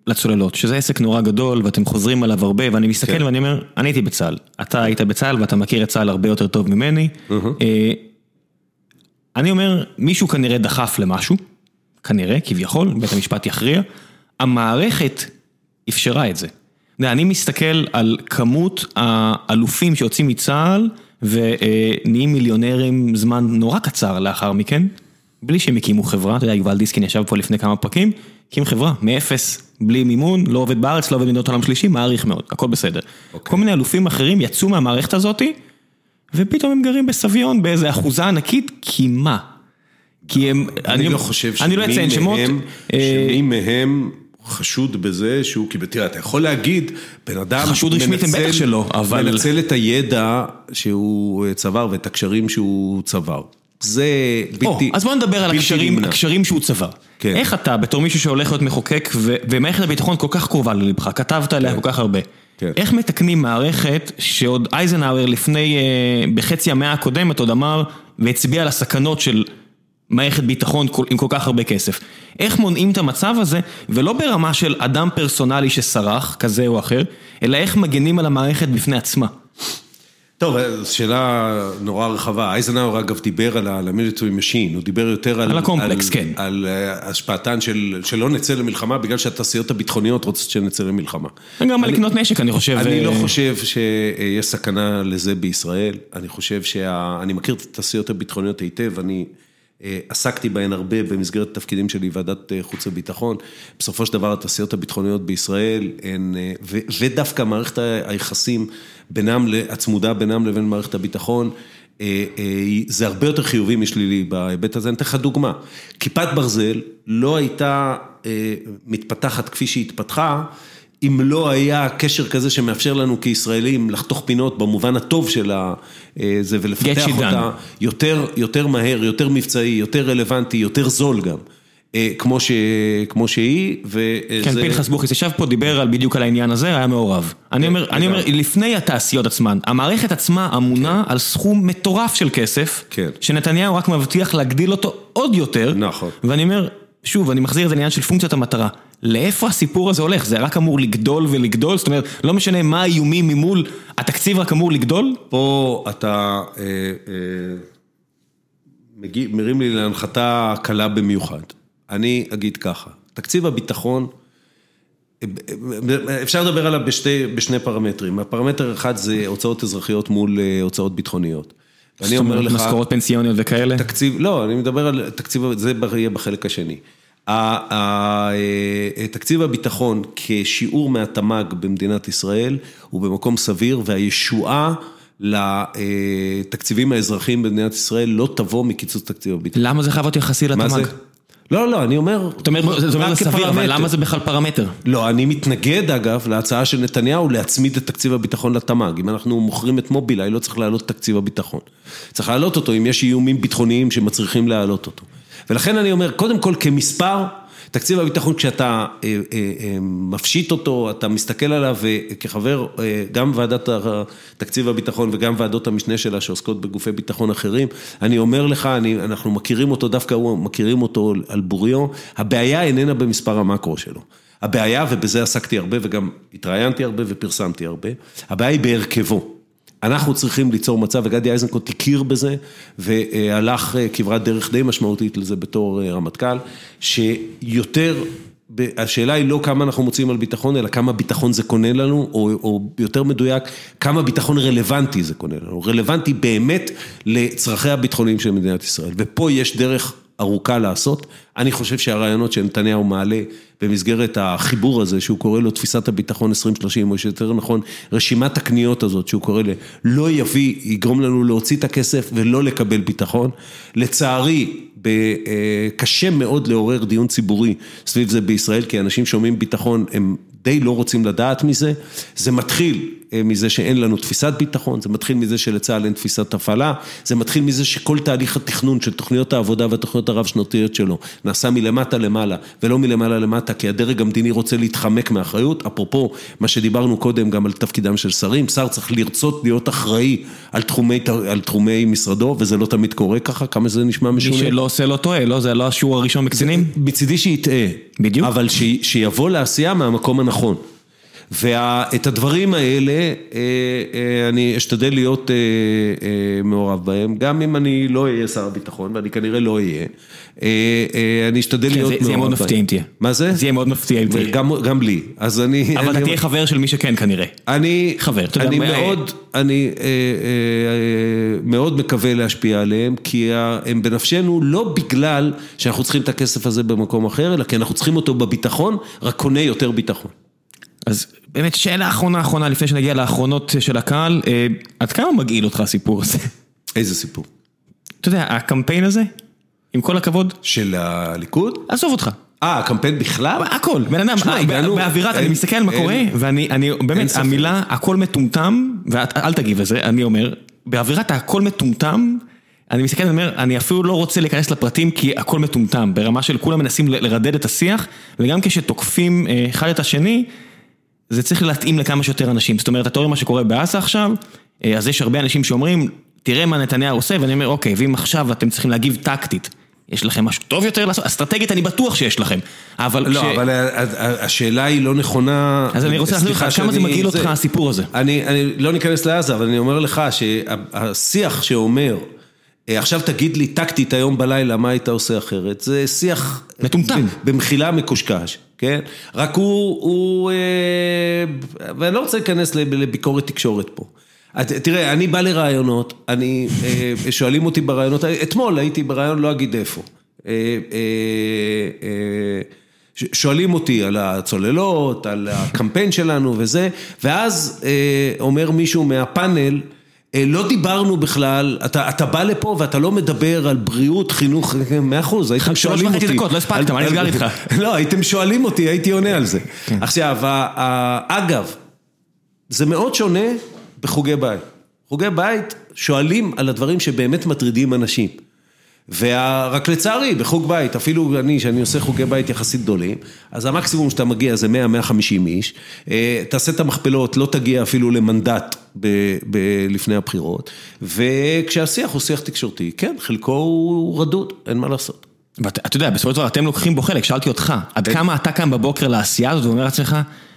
לצוללות, שזה עסק נורא גדול, ואתם חוזרים עליו הרבה, ואני מסתכל כן. ואני אומר, אני הייתי בצהל, אתה היית בצהל, ואתה מכיר את צהל הרבה יותר טוב ממני, uh-huh. אה, אני אומר, מישהו כנראה דחף למשהו, כנראה, כביכול, בית המשפט יכריע, המערכת אפשרה את זה. אני מסתכל על כמות האלופים שיוצאים מצהל, ונהיים מיליונרים זמן נורא קצר לאחר מכן, בלי שהם הקימו חברה, אתה יודע, יובל דיסקין ישב פה לפני כמה פרקים, הקים חברה, מאפס, בלי מימון, לא עובד בארץ, לא עובד במדינות העולם שלישי, מעריך מאוד, הכל בסדר. Okay. כל מיני אלופים אחרים יצאו מהמערכת הזאת, ופתאום הם גרים בסביון, באיזו אחוזה ענקית, כי מה? כי הם... אני, אני לא חושב שמי לא מהם, שמות, שמי מהם חשוד בזה שהוא, כי תראה, אתה יכול להגיד, בן אדם חשוד רשמית הם בטח שלו, אבל... מנצל את הידע שהוא צבר, ואת הקשרים שהוא צבר. זה בלתי... אז בוא נדבר על הקשרים, הקשרים שהוא צבר. כן. איך אתה, בתור מישהו שהולך להיות מחוקק, ו- ומערכת הביטחון כל כך קרובה ללבך, כתבת עליה כן. כל כך הרבה. כן. איך מתקנים מערכת שעוד אייזנהאואר לפני, בחצי המאה הקודמת, עוד אמר, והצביע על הסכנות של מערכת ביטחון עם כל כך הרבה כסף. איך מונעים את המצב הזה, ולא ברמה של אדם פרסונלי שסרח, כזה או אחר, אלא איך מגנים על המערכת בפני עצמה. טוב, שאלה נורא רחבה. אייזנהאואר אגב דיבר על המיליטרי משין, הוא דיבר יותר על... על הקומפלקס, כן. על השפעתן של, שלא נצא למלחמה, בגלל שהתעשיות הביטחוניות רוצות שנצא למלחמה. גם לקנות נשק, אני חושב. אני לא חושב שיש סכנה לזה בישראל. אני חושב שה... אני מכיר את התעשיות הביטחוניות היטב, אני... עסקתי בהן הרבה במסגרת תפקידים שלי ועדת חוץ וביטחון, בסופו של דבר התעשיות הביטחוניות בישראל, הן, ו, ודווקא מערכת היחסים בינם, הצמודה בינם לבין מערכת הביטחון, זה הרבה יותר חיובי משלילי בהיבט הזה. אני אתן לך דוגמה, כיפת ברזל לא הייתה מתפתחת כפי שהיא התפתחה, אם לא היה קשר כזה שמאפשר לנו כישראלים לחתוך פינות במובן הטוב של זה, ולפתח אותה יותר, יותר מהר, יותר מבצעי, יותר רלוונטי, יותר זול גם, כמו ש, כמו שהיא, וזה... כן, פנחס בוכריס ישב פה, דיבר על בדיוק על העניין הזה, היה מעורב. אני אומר, אני אומר, לפני התעשיות עצמן, המערכת עצמה אמונה על סכום מטורף של כסף, שנתניהו רק מבטיח להגדיל אותו עוד יותר, נכון. ואני אומר, שוב, אני מחזיר את זה לעניין של פונקציית המטרה. לאיפה הסיפור הזה הולך? זה רק אמור לגדול ולגדול? זאת אומרת, לא משנה מה האיומים ממול, התקציב רק אמור לגדול? פה אתה אה, אה, מגיע, מרים לי להנחתה קלה במיוחד. אני אגיד ככה, תקציב הביטחון, אפשר לדבר עליו בשתי, בשני פרמטרים. הפרמטר אחד זה הוצאות אזרחיות מול הוצאות ביתחוניות. אני אומר לך... משכורות פנסיוניות וכאלה? תקציב, לא, אני מדבר על תקציב, זה יהיה בחלק השני. תקציב הביטחון כשיעור מהתמ"ג במדינת ישראל הוא במקום סביר, והישועה לתקציבים האזרחיים במדינת ישראל לא תבוא מקיצוץ תקציב הביטחון. למה זה חייב להיות יחסי לתמ"ג? לא, לא, אני אומר... זאת אומרת, זה אומר סביר, אבל למה זה בכלל פרמטר? לא, אני מתנגד אגב להצעה של נתניהו להצמיד את תקציב הביטחון לתמ"ג. אם אנחנו מוכרים את מובילאיי, לא צריך להעלות תקציב הביטחון. צריך להעלות אותו אם יש איומים ביטחוניים שמצריכים להעלות אותו. ולכן אני אומר, קודם כל כמספר, תקציב הביטחון כשאתה אה, אה, מפשיט אותו, אתה מסתכל עליו, וכחבר גם ועדת תקציב הביטחון וגם ועדות המשנה שלה שעוסקות בגופי ביטחון אחרים, אני אומר לך, אני, אנחנו מכירים אותו, דווקא הוא מכירים אותו על בוריו, הבעיה איננה במספר המקרו שלו. הבעיה, ובזה עסקתי הרבה וגם התראיינתי הרבה ופרסמתי הרבה, הבעיה היא בהרכבו. אנחנו צריכים ליצור מצב, וגדי איזנקוט הכיר בזה, והלך כברת דרך די משמעותית לזה בתור רמטכ"ל, שיותר, השאלה היא לא כמה אנחנו מוצאים על ביטחון, אלא כמה ביטחון זה קונה לנו, או, או יותר מדויק, כמה ביטחון רלוונטי זה קונה לנו, רלוונטי באמת לצרכי הביטחוניים של מדינת ישראל, ופה יש דרך ארוכה לעשות. אני חושב שהרעיונות שנתניהו מעלה במסגרת החיבור הזה, שהוא קורא לו תפיסת הביטחון עשרים שלושים, או שיותר נכון, רשימת הקניות הזאת, שהוא קורא לה, לא יביא, יגרום לנו להוציא את הכסף ולא לקבל ביטחון. לצערי, קשה מאוד לעורר דיון ציבורי סביב זה בישראל, כי אנשים שומעים ביטחון, הם די לא רוצים לדעת מזה. זה מתחיל מזה שאין לנו תפיסת ביטחון, זה מתחיל מזה שלצה"ל אין תפיסת הפעלה, זה מתחיל מזה שכל תהליך התכנון של תוכניות העבודה והתוכניות הרב-שנתיות שלו, נעשה מלמטה למעלה, ולא מלמעלה למטה, כי הדרג המדיני רוצה להתחמק מאחריות, אפרופו מה שדיברנו קודם גם על תפקידם של שרים, שר צריך לרצות להיות אחראי על תחומי, על תחומי משרדו, וזה לא תמיד קורה ככה, כמה זה נשמע משונה. מי שלא עושה לא טועה, לא, זה לא השיעור הראשון בקצינים? בצידי שיטעה. בדיוק. אבל ש, שיבוא לעשייה מהמקום הנכון. ואת הדברים האלה, אני אשתדל להיות מעורב בהם, גם אם אני לא אהיה שר הביטחון, ואני כנראה לא אהיה, אני אשתדל להיות מעורב בהם. זה יהיה מאוד מפתיע אם תהיה. מה זה? זה יהיה מאוד מפתיע אם תהיה. גם לי. אבל אתה תהיה חבר של מי שכן כנראה. אני חבר. אני מאוד, אני מאוד מקווה להשפיע עליהם, כי הם בנפשנו לא בגלל שאנחנו צריכים את הכסף הזה במקום אחר, אלא כי אנחנו צריכים אותו בביטחון, רק קונה יותר ביטחון. אז באמת שאלה אחרונה אחרונה לפני שנגיע לאחרונות של הקהל, עד כמה מגעיל אותך הסיפור הזה? איזה סיפור? אתה יודע, הקמפיין הזה, עם כל הכבוד? של הליכוד? עזוב אותך. אה, הקמפיין בכלל? הכל, בן אדם, באווירת, אני מסתכל על מה קורה, ואני, באמת, המילה הכל מטומטם, ואל תגיב לזה, אני אומר, באווירת הכל מטומטם, אני מסתכל, אני אומר, אני אפילו לא רוצה להיכנס לפרטים, כי הכל מטומטם, ברמה של כולם מנסים לרדד את השיח, וגם כשתוקפים אחד את השני, זה צריך להתאים לכמה שיותר אנשים. זאת אומרת, אתה רואה מה שקורה בעזה עכשיו, אז יש הרבה אנשים שאומרים, תראה מה נתניהו עושה, ואני אומר, אוקיי, ואם עכשיו אתם צריכים להגיב טקטית, יש לכם משהו טוב יותר לעשות? אסטרטגית אני בטוח שיש לכם. אבל לא, אבל השאלה היא לא נכונה. אז אני רוצה להסביר לך, כמה זה מגעיל אותך הסיפור הזה? אני לא ניכנס לעזה, אבל אני אומר לך שהשיח שאומר, עכשיו תגיד לי טקטית היום בלילה מה היית עושה אחרת, זה שיח מטומטם. במחילה מקושקש, כן? רק הוא, הוא, ואני לא רוצה להיכנס לביקורת תקשורת פה. תראה, אני בא לרעיונות, אני, שואלים אותי ברעיונות, אתמול הייתי ברעיון, לא אגיד איפה. שואלים אותי על הצוללות, על הקמפיין שלנו וזה, ואז אומר מישהו מהפאנל, לא דיברנו בכלל, אתה, אתה בא לפה ואתה לא מדבר על בריאות, חינוך, מאה אחוז, הייתם שואלים אותי. שלוש וחצי דקות, לא הספקת, מה נסגר איתך? לא, הייתם שואלים אותי, הייתי עונה על זה. עכשיו, אגב, זה מאוד שונה בחוגי בית. חוגי בית שואלים על הדברים שבאמת מטרידים אנשים. ורק לצערי, בחוג בית, אפילו אני, שאני עושה חוגי בית יחסית גדולים, אז המקסימום שאתה מגיע זה מאה עד מאה וחמישים איש, תעשה את המכפלות, לא תגיע אפילו למנדט ב- ב- לפני הבחירות, וכשהשיח הוא שיח תקשורתי, כן, חלקו הוא רדוד, אין מה לעשות. ואתה יודע, בסופו של דבר, אתם לוקחים בו חלק, שאלתי אותך, עד כמה אתה קם בבוקר לעשייה הזאת, ואומר לעצמך,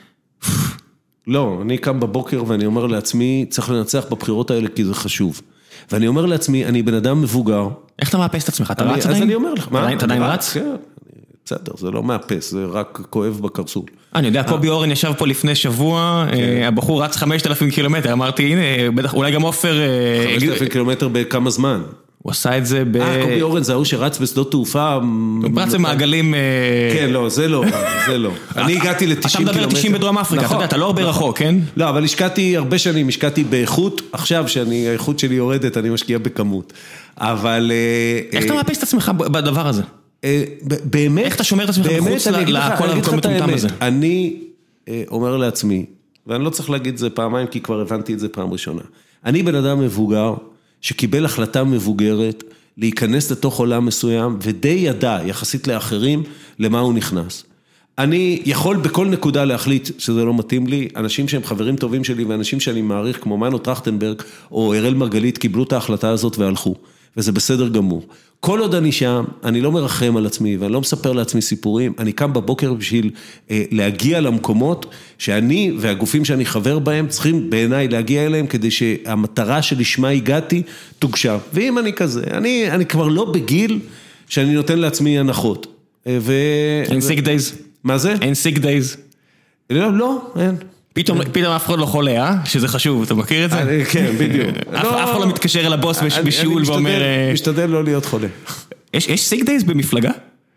לא, אני קם בבוקר ואני אומר לעצמי, צריך לנצח בבחירות האלה כי זה חשוב. ואני אומר לעצמי, אני בן אדם מבוגר. איך אתה מאפס את עצמך? אתה רץ עדיין? אז אני אומר לך, מה? אתה עדיין רץ? כן, בסדר, זה לא מאפס, זה רק כואב בקרסול. אני יודע, קובי אורן ישב פה לפני שבוע, הבחור רץ חמשת אלפים קילומטר, אמרתי, הנה, בטח, אולי גם עופר... חמשת אלפים קילומטר בכמה זמן? הוא עשה את זה ב... אה, קובי אורן זה ההוא שרץ בשדות תעופה... הוא רץ במעגלים... כן, לא, זה לא, זה לא. אני הגעתי ל-תשעים קילומטר. אתה מדבר תשעים בדרום אפריקה, אתה יודע, אתה לא הרבה רחוק, כן? לא, אבל השקעתי הרבה שנים, השקעתי באיכות, עכשיו שהאיכות שלי יורדת, אני משקיע בכמות. אבל... איך אתה מאפס את עצמך בדבר הזה? באמת... איך אתה שומר את עצמך מחוץ לכל המטומטם הזה? אני אומר לעצמי, ואני לא צריך להגיד את זה פעמיים, כי כבר הבנתי את זה פעם ראשונה. אני בן אדם מבוגר, שקיבל החלטה מבוגרת, להיכנס לתוך עולם מסוים, ודי ידע, יחסית לאחרים, למה הוא נכנס. אני יכול בכל נקודה להחליט שזה לא מתאים לי, אנשים שהם חברים טובים שלי, ואנשים שאני מעריך, כמו מנו טרכטנברג, או אראל מרגלית, קיבלו את ההחלטה הזאת והלכו. וזה בסדר גמור. כל עוד אני שם, אני לא מרחם על עצמי, ואני לא מספר לעצמי סיפורים, אני קם בבוקר בשביל אה, להגיע למקומות, שאני והגופים שאני חבר בהם, צריכים בעיניי להגיע אליהם, כדי שהמטרה שלשמה הגעתי, תוגשם. ואם אני כזה, אני, אני כבר לא בגיל, שאני נותן לעצמי הנחות. ו... אין סיק דייז? מה זה? אין סיק דייז? לא, לא, אין. פתאום אף אחד לא חולה, אה? שזה חשוב, אתה מכיר את זה? כן, בדיוק. אף אחד לא מתקשר אל הבוס בשיעול ואומר... אני משתדל לא להיות חולה. יש סיק דייז במפלגה?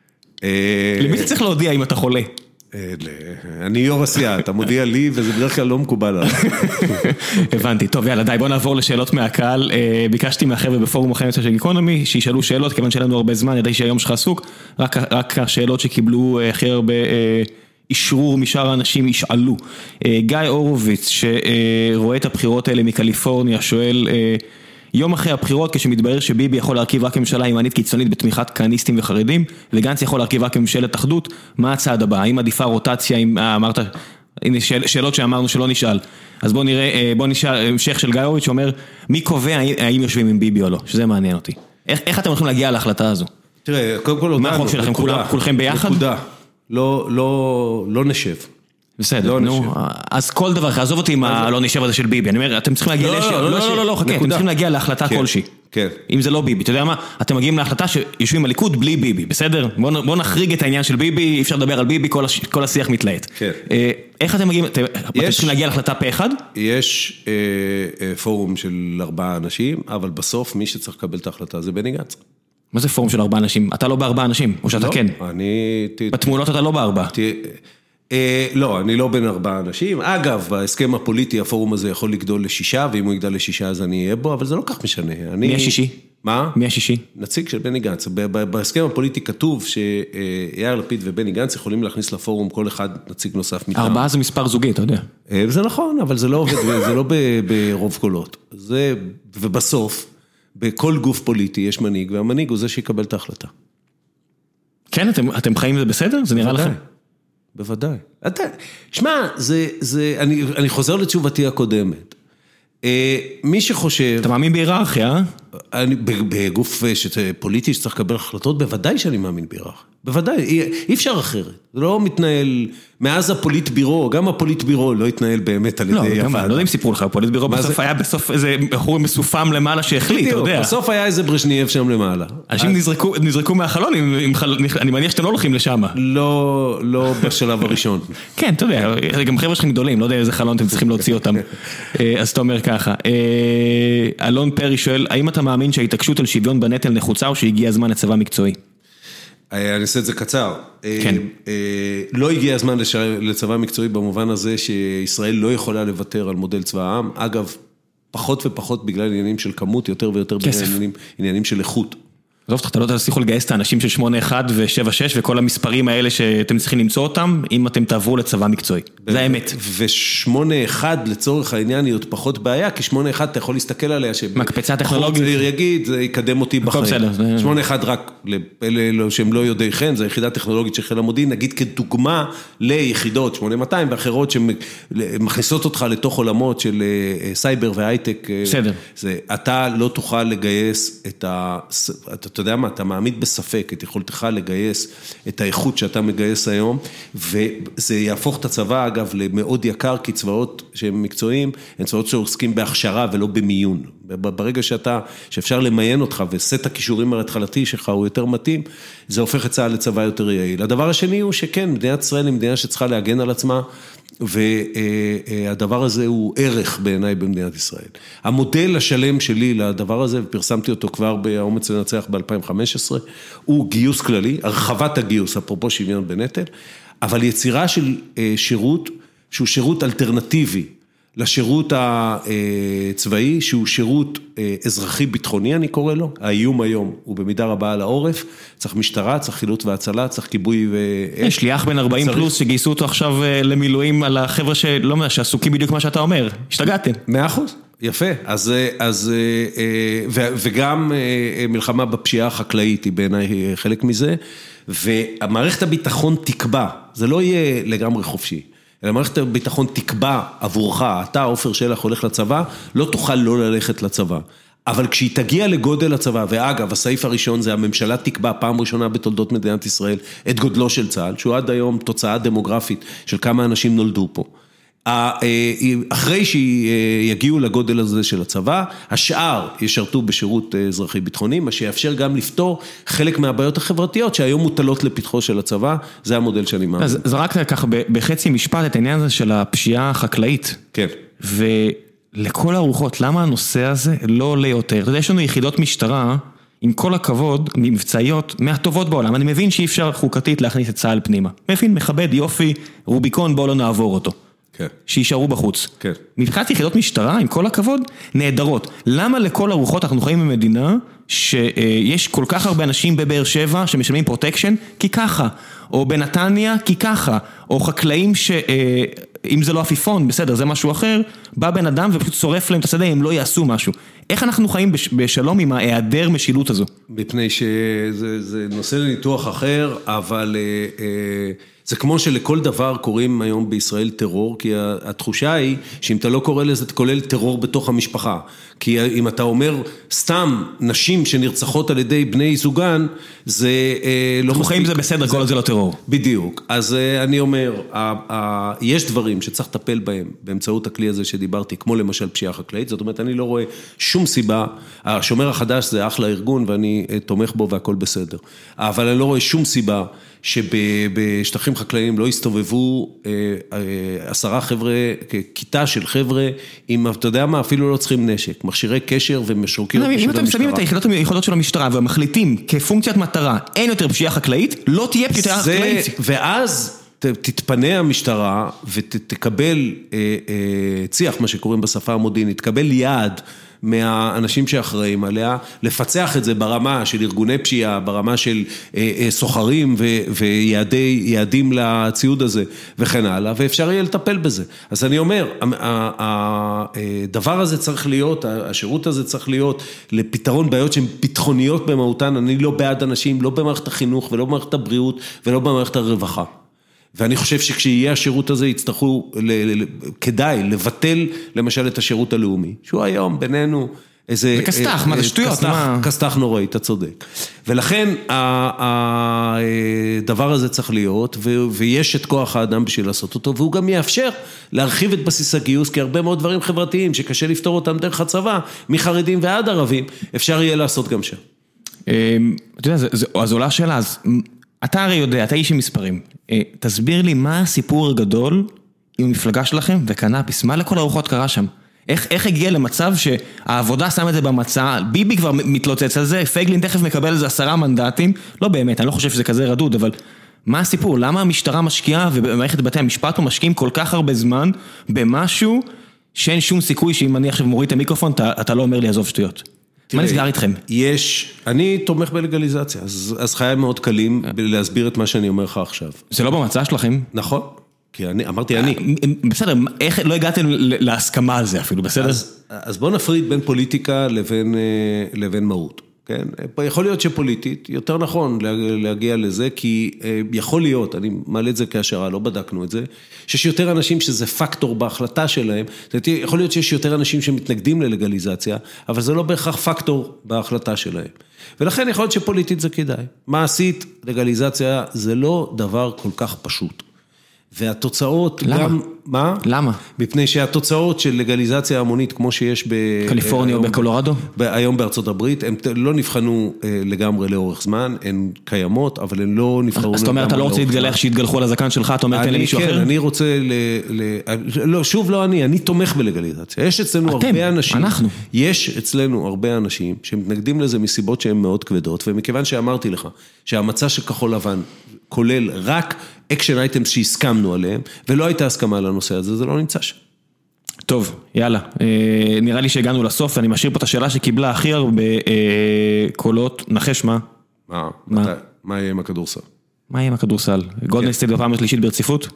למי אתה צריך להודיע אם אתה חולה? אני יו"ר הסיעה, אתה מודיע לי וזה בדרך כלל לא מקובל עליי. הבנתי, טוב יאללה די, בוא נעבור לשאלות מהקהל. ביקשתי מהחבר'ה בפורום החיים של גיקונומי, שישאלו שאלות, כיוון שלנו הרבה זמן, ידעי שהיום שלך עסוק, רק השאלות שקיבלו הכי הרבה אישרור משאר האנשים ישאלו. גיא אורוביץ, שרואה את הבחירות האלה מקליפורניה, שואל, יום אחרי הבחירות, כשמתברר שביבי יכול להרכיב רק ממשלה ימנית קיצונית בתמיכת כהניסטים וחרדים, וגנץ יכול להרכיב רק ממשלת אחדות, מה הצעד הבא? האם עדיפה רוטציה, אם אמרת, הנה שאלות שאמרנו שלא נשאל. אז בוא נראה, בוא נשאל, המשך של גיא אורוביץ שאומר, מי קובע האם יושבים עם ביבי או לא? שזה מעניין אותי. איך, איך אתם הולכים להגיע להחלטה הזו? תראה, קודם כל, מה החוק שלכם? כולכם ביחד? נקודה. לא, לא, לא נשב. בסדר, נו, אז כל דבר, עזוב אותי עם הלא נשב הזה של ביבי, אני אומר, אתם צריכים להגיע, לא, לא, לא, לא, חכה, אתם צריכים להגיע להחלטה כלשהי, אם זה לא ביבי, אתה יודע מה, אתם מגיעים להחלטה שיושבים בליכוד בלי ביבי, בסדר? בואו נחריג את העניין של ביבי, אי אפשר לדבר על ביבי, כל השיח מתלהט. איך אתם מגיעים, אתם צריכים להגיע להחלטה פה אחד? יש פורום של ארבעה אנשים, אבל בסוף מי שצריך לקבל את ההחלטה זה בני גנץ. מה זה פורום של ארבעה אנשים? אתה לא בארבעה אנשים, או שאתה כן? אני... בתמונות אתה לא בארבעה. לא, אני לא בין ארבעה אנשים. אגב, בהסכם הפוליטי הפורום הזה יכול לגדול לשישה, ואם הוא יגדל לשישה אז אני אהיה בו, אבל זה לא כך משנה. מי השישי? מה? מי השישי? נציג של בני גנץ. בהסכם הפוליטי כתוב שיאיר לפיד ובני גנץ יכולים להכניס לפורום כל אחד נציג נוסף מטעם. ארבעה זה מספר זוגי, אתה יודע. זה נכון, אבל זה לא עובד, זה לא ברוב קולות. זה, ובסוף, בכל גוף פוליטי יש מנהיג, והמנהיג הוא זה שיקבל את ההחלטה. כן, אתם, אתם חיים זה בסדר? זה נראה לכם? בוודאי. אתה, שמע, זה, זה, אני, אני חוזר לתשובתי הקודמת. מי שחושב... אתה מאמין בהיררכיה, אה? אני, בגוף פוליטי שצריך לקבל החלטות, בוודאי שאני מאמין בהיררכיה. בוודאי, אי, אי אפשר אחרת. זה לא מתנהל, מאז הפוליט בירו, גם הפוליט בירו לא התנהל באמת על ידי הוועדה. לא, לא יודעים סיפור לך, הפוליט בירו בסוף היה בסוף איזה בחור מסופם למעלה שהחליט, אתה יודע. בסוף היה איזה ברז'נייב שם למעלה. אנשים נזרקו מהחלון, אני מניח שאתם לא הולכים לשם. לא, לא בשלב הראשון. כן, אתה יודע, גם חבר'ה שלכם גדולים, לא יודע איזה חלון אתם צריכים להוציא אותם. אז אתה אומר ככה, אלון פרי שואל, האם אתה מאמין שההתעקשות על שוויון בנטל נחוצה או שהגיע הזמן לצבא מקצועי? אני אעשה את זה קצר. כן. לא הגיע הזמן לצבא מקצועי במובן הזה שישראל לא יכולה לוותר על מודל צבא העם. אגב, פחות ופחות בגלל עניינים של כמות, יותר ויותר בגלל עניינים של איכות. עזוב, אתה לא תצליחו לגייס את האנשים של שמונה אחת ו-שבע שש וכל המספרים האלה שאתם צריכים למצוא אותם, אם אתם תעברו לצבא מקצועי. זה האמת. ו-שמונה אחת לצורך העניין היא עוד פחות בעיה, כי שמונה אחת אתה יכול להסתכל עליה, מקפצה טכנולוגית. צעיר יגיד, זה יקדם אותי בחיים. שמונה אחת רק, לאלה שהם לא יודעי חן, זה היחידה טכנולוגית של חיל המודיעין, נגיד כדוגמה ליחידות שמונה מאתיים ואחרות שמכניסות אותך לתוך עולמות של סייבר והייטק. בסדר. אתה לא תוכל לגייס את ה... אתה יודע מה, אתה מעמיד בספק את יכולתך לגייס את האיכות שאתה מגייס היום, וזה יהפוך את הצבא, אגב, למאוד יקר, כי צבאות שהם מקצועיים, הם צבאות שעוסקים בהכשרה ולא במיון. ברגע שאתה, שאפשר למיין אותך, וסט הכישורים ההתחלתי שלך הוא יותר מתאים, זה הופך את צה"ל לצבא יותר יעיל. הדבר השני הוא שכן, מדינת ישראל היא מדינה שצריכה להגן על עצמה, והדבר הזה הוא ערך בעיניי במדינת ישראל. המודל השלם שלי לדבר הזה, ופרסמתי אותו כבר באומץ לנצח ב-אלפיים וחמש עשרה, הוא גיוס כללי, הרחבת הגיוס, אפרופו שוויון בנטל, אבל יצירה של שירות, שהוא שירות אלטרנטיבי, לשירות הצבאי, שהוא שירות אזרחי ביטחוני, אני קורא לו, האיום היום הוא במידה רבה על העורף, צריך משטרה, צריך חילוץ והצלה, צריך כיבוי ואש. שליח בן ארבעים פלוס שגייסו אותו עכשיו למילואים על החבר'ה שלא יודע, שעסוקים בדיוק מה שאתה אומר, השתגעתם. מאה אחוז, יפה, אז, אז, וגם מלחמה בפשיעה החקלאית היא בעיניי חלק מזה, והמערכת הביטחון תקבע, זה לא יהיה לגמרי חופשי. אלא מערכת הביטחון תקבע עבורך, אתה, עופר שלח, הולך לצבא, לא תוכל לא ללכת לצבא. אבל כשהיא תגיע לגודל הצבא, ואגב, הסעיף הראשון זה הממשלה תקבע פעם ראשונה בתולדות מדינת ישראל את גודלו של צה"ל, שהוא עד היום תוצאה דמוגרפית של כמה אנשים נולדו פה. אחרי שיגיעו לגודל הזה של הצבא, השאר ישרתו בשירות אזרחי ביטחוני, מה שיאפשר גם לפתור חלק מהבעיות החברתיות שהיום מוטלות לפתחו של הצבא, זה המודל שאני מאמין. אז זרקת ככה בחצי משפט את העניין הזה של הפשיעה החקלאית. כן. ולכל הרוחות, למה הנושא הזה לא עולה יותר? אתה יודע, יש לנו יחידות משטרה, עם כל הכבוד, מבצעיות, מהטובות בעולם. אני מבין שאי אפשר חוקתית להכניס את צה"ל פנימה. מבין, מכבד, יופי, רוביקון, בואו לא נעבור אותו. שישארו בחוץ. כן. מבחינת יחידות משטרה, עם כל הכבוד, נהדרות. למה לכל הרוחות אנחנו חיים במדינה שיש כל כך הרבה אנשים בבאר שבע שמשלמים פרוטקשן? כי ככה. או בנתניה, כי ככה. או חקלאים ש... אם זה לא עפיפון, בסדר, זה משהו אחר, בא בן אדם ופשוט שורף להם את השדה, הם לא יעשו משהו. איך אנחנו חיים בשלום עם ההיעדר משילות הזו? מפני שזה זה נושא לניתוח אחר, אבל זה כמו שלכל דבר קוראים היום בישראל טרור, כי התחושה היא שאם אתה לא קורא לזה, אתה כולל טרור בתוך המשפחה. כי אם אתה אומר סתם נשים שנרצחות על ידי בני זוגן, זה לא... אנחנו חיים זה בסדר, כל זה לא טרור. בדיוק. אז אני אומר, יש דברים שצריך לטפל בהם באמצעות הכלי הזה שדיברתי, כמו למשל פשיעה חקלאית, זאת אומרת, אני לא רואה שום סיבה, השומר החדש זה אחלה ארגון ואני תומך בו והכל בסדר. אבל אני לא רואה שום סיבה שבשטחים חקלאיים לא הסתובבו עשרה חבר'ה, כיתה של חבר'ה, אם אתה יודע מה, אפילו לא צריכים נשק, מכשירי קשר ומשרוקיות בשביל המשטרה. אם אתם שמים את היחידות המיוחדות של המשטרה ומחליטים כפונקציית מטרה, אין יותר פשיעה חקלאית, לא תהיה פשיעה חקלאית. ואז תתפנה המשטרה ותקבל ציח, מה שקוראים בשפה המודיעינית, תקבל יעד מהאנשים שאחראים עליה, לפצח את זה ברמה של ארגוני פשיעה, ברמה של סוחרים ויעדים לציוד הזה וכן הלאה, ואפשר יהיה לטפל בזה. אז אני אומר, הדבר הזה צריך להיות, השירות הזה צריך להיות לפתרון בעיות שהן פתחוניות במהותן, אני לא בעד אנשים, לא במערכת החינוך ולא במערכת הבריאות ולא במערכת הרווחה. ואני חושב שכשיהיה השירות הזה יצטרכו, כדאי, לבטל למשל את השירות הלאומי, שהוא היום בינינו איזה... זה כסתח, מה זה שטויות? כסתח נוראי, אתה צודק. ולכן הדבר הזה צריך להיות, ויש את כוח האדם בשביל לעשות אותו, והוא גם יאפשר להרחיב את בסיס הגיוס, כי הרבה מאוד דברים חברתיים שקשה לפתור אותם דרך הצבא, מחרדים ועד ערבים, אפשר יהיה לעשות גם שם. אתה יודע, אז עולה שאלה, אז... אתה הרי יודע, אתה איש עם מספרים, תסביר לי מה הסיפור הגדול עם המפלגה שלכם וקנאביס, מה לכל הרוחות קרה שם? איך, איך הגיע למצב שהעבודה שם את זה במצע, ביבי כבר מתלוצץ על זה, פייגלין תכף מקבל איזה עשרה מנדטים, לא באמת, אני לא חושב שזה כזה רדוד, אבל מה הסיפור? למה המשטרה משקיעה ובמערכת בתי המשפט משקיעים כל כך הרבה זמן במשהו שאין שום סיכוי שאם אני עכשיו מוריד את המיקרופון, אתה, אתה לא אומר לי עזוב שטויות? מה נסגר איתכם? יש, אני תומך בלגליזציה, אז, אז חיי מאוד קלים להסביר את מה שאני אומר לך עכשיו. זה לא במצע שלכם? נכון, כי אני, אמרתי אני. בסדר, איך לא הגעתם להסכמה על זה אפילו, בסדר? אז, אז בוא נפריד בין פוליטיקה לבין, לבין מהות. כן? יכול להיות שפוליטית, יותר נכון להגיע לזה, כי יכול להיות, אני מעלה את זה כהשערה, לא בדקנו את זה, שיש יותר אנשים שזה פקטור בהחלטה שלהם, יכול להיות שיש יותר אנשים שמתנגדים ללגליזציה, אבל זה לא בהכרח פקטור בהחלטה שלהם. ולכן יכול להיות שפוליטית זה כדאי. מעשית, לגליזציה זה לא דבר כל כך פשוט. והתוצאות למה? גם... מה? למה? מפני שהתוצאות של לגליזציה המונית, כמו שיש ב... קליפורניה או בקולורדו? היום בארצות הברית, הן לא נבחנו לגמרי לאורך זמן, הן קיימות, אבל הן לא נבחרו... אז אתה אומר, אתה לא רוצה להתגלח שיתגלחו על הזקן שלך, אתה אומר, תן למישהו אחר? כן, אני רוצה... לא, שוב לא אני, אני תומך בלגליזציה. יש אצלנו הרבה אנשים... אנחנו. יש אצלנו הרבה אנשים שמתנגדים לזה מסיבות שהן מאוד כבדות, ומכיוון שאמרתי לך שהמצע של כחול לבן כולל רק אקשן אייטמס שהסכמנו עליהם, ולא הייתה הסכמה על הנושא הזה, זה לא נמצא שם. טוב, יאללה. נראה לי שהגענו לסוף, ואני משאיר פה את השאלה שקיבלה הכי הרבה קולות. נחש מה? מה? מה יהיה עם הכדורסל? מה יהיה עם הכדורסל? גולדן סטייט בפעם השלישית ברציפות?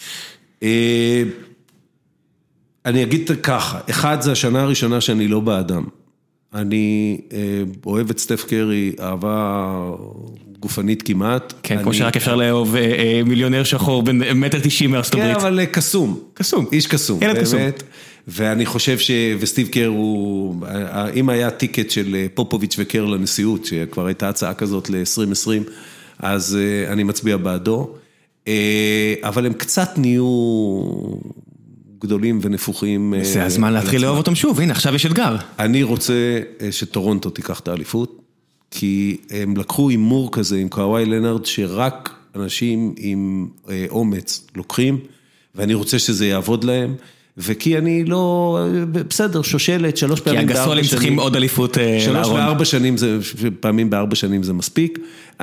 אני אגיד ככה, אחד זה השנה הראשונה שאני לא באדם. אני אוהב את סטף קרי, אהבה גופנית כמעט. כן, כמו שרק אפשר לאהוב מיליונר שחור בין מטר תשעים מארצות הברית. כן, אבל קסום. קסום. איש קסום. ילד קסום. ואני חושב ש... וסטיב קר הוא... אם היה טיקט של פופוביץ' וקר לנשיאות, שכבר הייתה הצעה כזאת ל-עשרים עשרים, אז אני מצביע בעדו. אבל הם קצת נהיו... גדולים ונפוחים. זה הזמן להתחיל לאהוב אותם שוב, הנה, עכשיו יש אתגר. אני רוצה שטורונטו תיקח את האליפות, כי הם לקחו אימור כזה עם קוואי לנארד, שרק אנשים עם אומץ לוקחים, ואני רוצה שזה יעבוד להם, וכי אני לא, בסדר, שושלת, שלוש פעמים בארבע שנים. כי הגסולים צריכים עוד אליפות לארון. שלוש בארבע שנים, זה, פעמים בארבע שנים זה מספיק.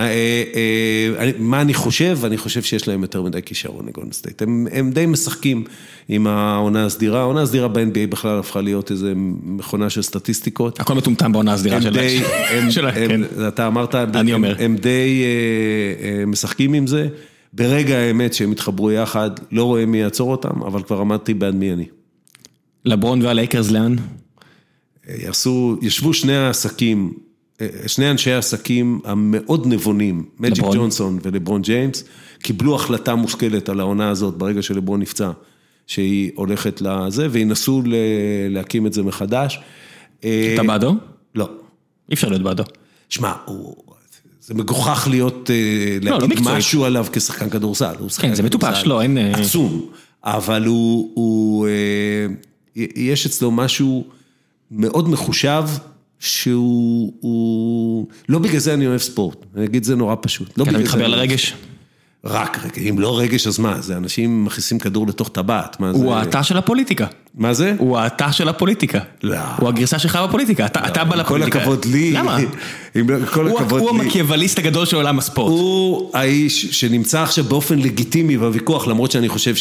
מה אני חושב? אני חושב שיש להם יותר מדי כישרון לגולדן סטייט. הם, הם די משחקים עם העונה הסדירה. העונה הסדירה ב-אן בי איי בכלל הפכה להיות איזה מכונה של סטטיסטיקות. הכל מטומטם בעונה הסדירה שלהם. אתה אמרת, הם די משחקים עם זה. ברגע האמת שהם התחברו יחד, לא רואה מי יעצור אותם, אבל כבר עמדתי בעד מי אני. לברון והלייקרס לאן? יעשו, ישבו שני העסקים, שני אנשי העסקים המאוד נבונים, מג'יק ג'ונסון ולברון ג'יימס, קיבלו החלטה מושכלת על העונה הזאת ברגע שלברון נפצע, שהיא הולכת לזה, וינסו להקים את זה מחדש. אתה בעדו? לא. אי אפשר להיות בעדו. שמע, הוא... זה מגוחך להיות, להגיד משהו עליו כשחקן כדורסל. כן, זה מטופש, לא, אין... עצום, אבל הוא, יש אצלו משהו מאוד מחושב, שהוא, לא בגלל זה אני אוהב ספורט, אני אגיד זה נורא פשוט. כי אתה מתחבר לרגש? רק רגע, אם לא רגש, אז מה? זה אנשים מכניסים כדור לתוך טבעת. הוא העתה של הפוליטיקה. מה זה? הוא העתה של הפוליטיקה. לא. הוא הגרסה שלך בפוליטיקה. אתה בא לפוליטיקה. כל הכבוד לי. למה? הוא המקיאווליסט הגדול של עולם הספורט. הוא האיש שנמצא עכשיו באופן לגיטימי בוויכוח, למרות שאני חושב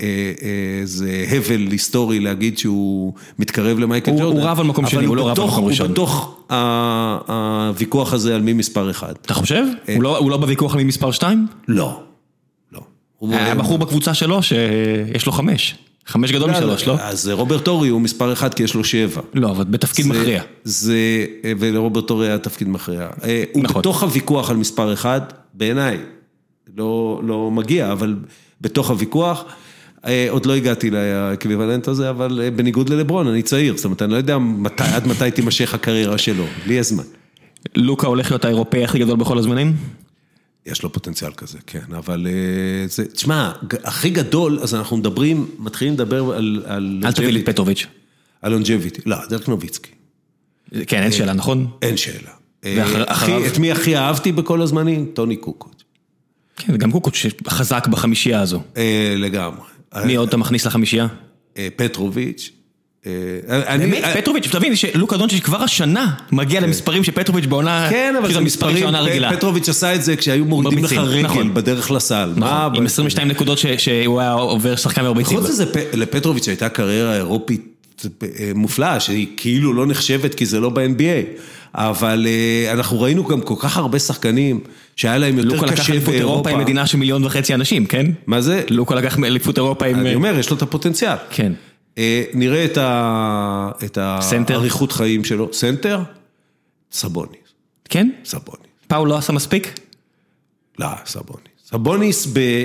שזה הבל היסטורי להגיד שהוא מתקרב למייקל ג'ורדן. הוא רב על מקום שני, הוא לא רב על מקום ראשון. הוא בתוך הוויכוח הזה על מי מספר אחד. אתה חושב? הוא לא בוויכוח על מי מספר שתיים? לא. הבחור בקבוצה שלו שיש לו חמש, חמש גדול משלוש, לא? אז רוברט אורי הוא מספר אחד כי יש לו שבע. לא, אבל בתפקיד מכריע. זה, ולרוברט אורי היה תפקיד מכריע. הוא בתוך הוויכוח על מספר אחד, בעיניי, לא מגיע, אבל בתוך הוויכוח, עוד לא הגעתי לאקוויוולנט הזה, אבל בניגוד ללברון, אני צעיר, זאת אומרת, אני לא יודע עד מתי תימשך הקריירה שלו, לי הזמן. לוקה הולך להיות האירופאי הכי גדול בכל הזמנים? יש לו פוטנציאל כזה, כן, אבל זה, תשמע, הכי גדול, אז אנחנו מדברים, מתחילים לדבר על... אל תביא לי פטרוביץ'. על לונג'ביטי, לא, דרק נוביצקי. כן, אין שאלה, נכון? אין שאלה. את מי הכי אהבתי בכל הזמנים? טוני קוקוט. כן, גם קוקוט שחזק בחמישייה הזו. לגמרי. מי עוד אתה מכניס לחמישייה? פטרוביץ'. באמת, פטרוביץ', תבין שלוקה דונצ'יץ' כבר השנה מגיע למספרים שפטרוביץ' בעונה, כן, אבל זה מספרים, פטרוביץ' עשה את זה כשהיו מורידים לך רגל בדרך לסל. עם עשרים ושתיים נקודות שהוא היה עובר שחקן הרבה ציבה. חוץ מזה, לפטרוביץ' הייתה קריירה אירופית מופלאה, שהיא כאילו לא נחשבת כי זה לא ב-אן בי איי, אבל אנחנו ראינו גם כל כך הרבה שחקנים שהיה להם יותר קשה באירופה. לוקה לקח אליפות אירופה עם מדינה של מיליון וחצי אנשים, כן? מה זה? לוקה לקח אליפות אירופה עם... אני אומר, יש לו את הפוטנציאל. כן. נראה את העריכות חיים שלו. סנטר? סבוניס. כן? סבוניס. פאול לא עשה מספיק? לא, סבוניס. סבוניס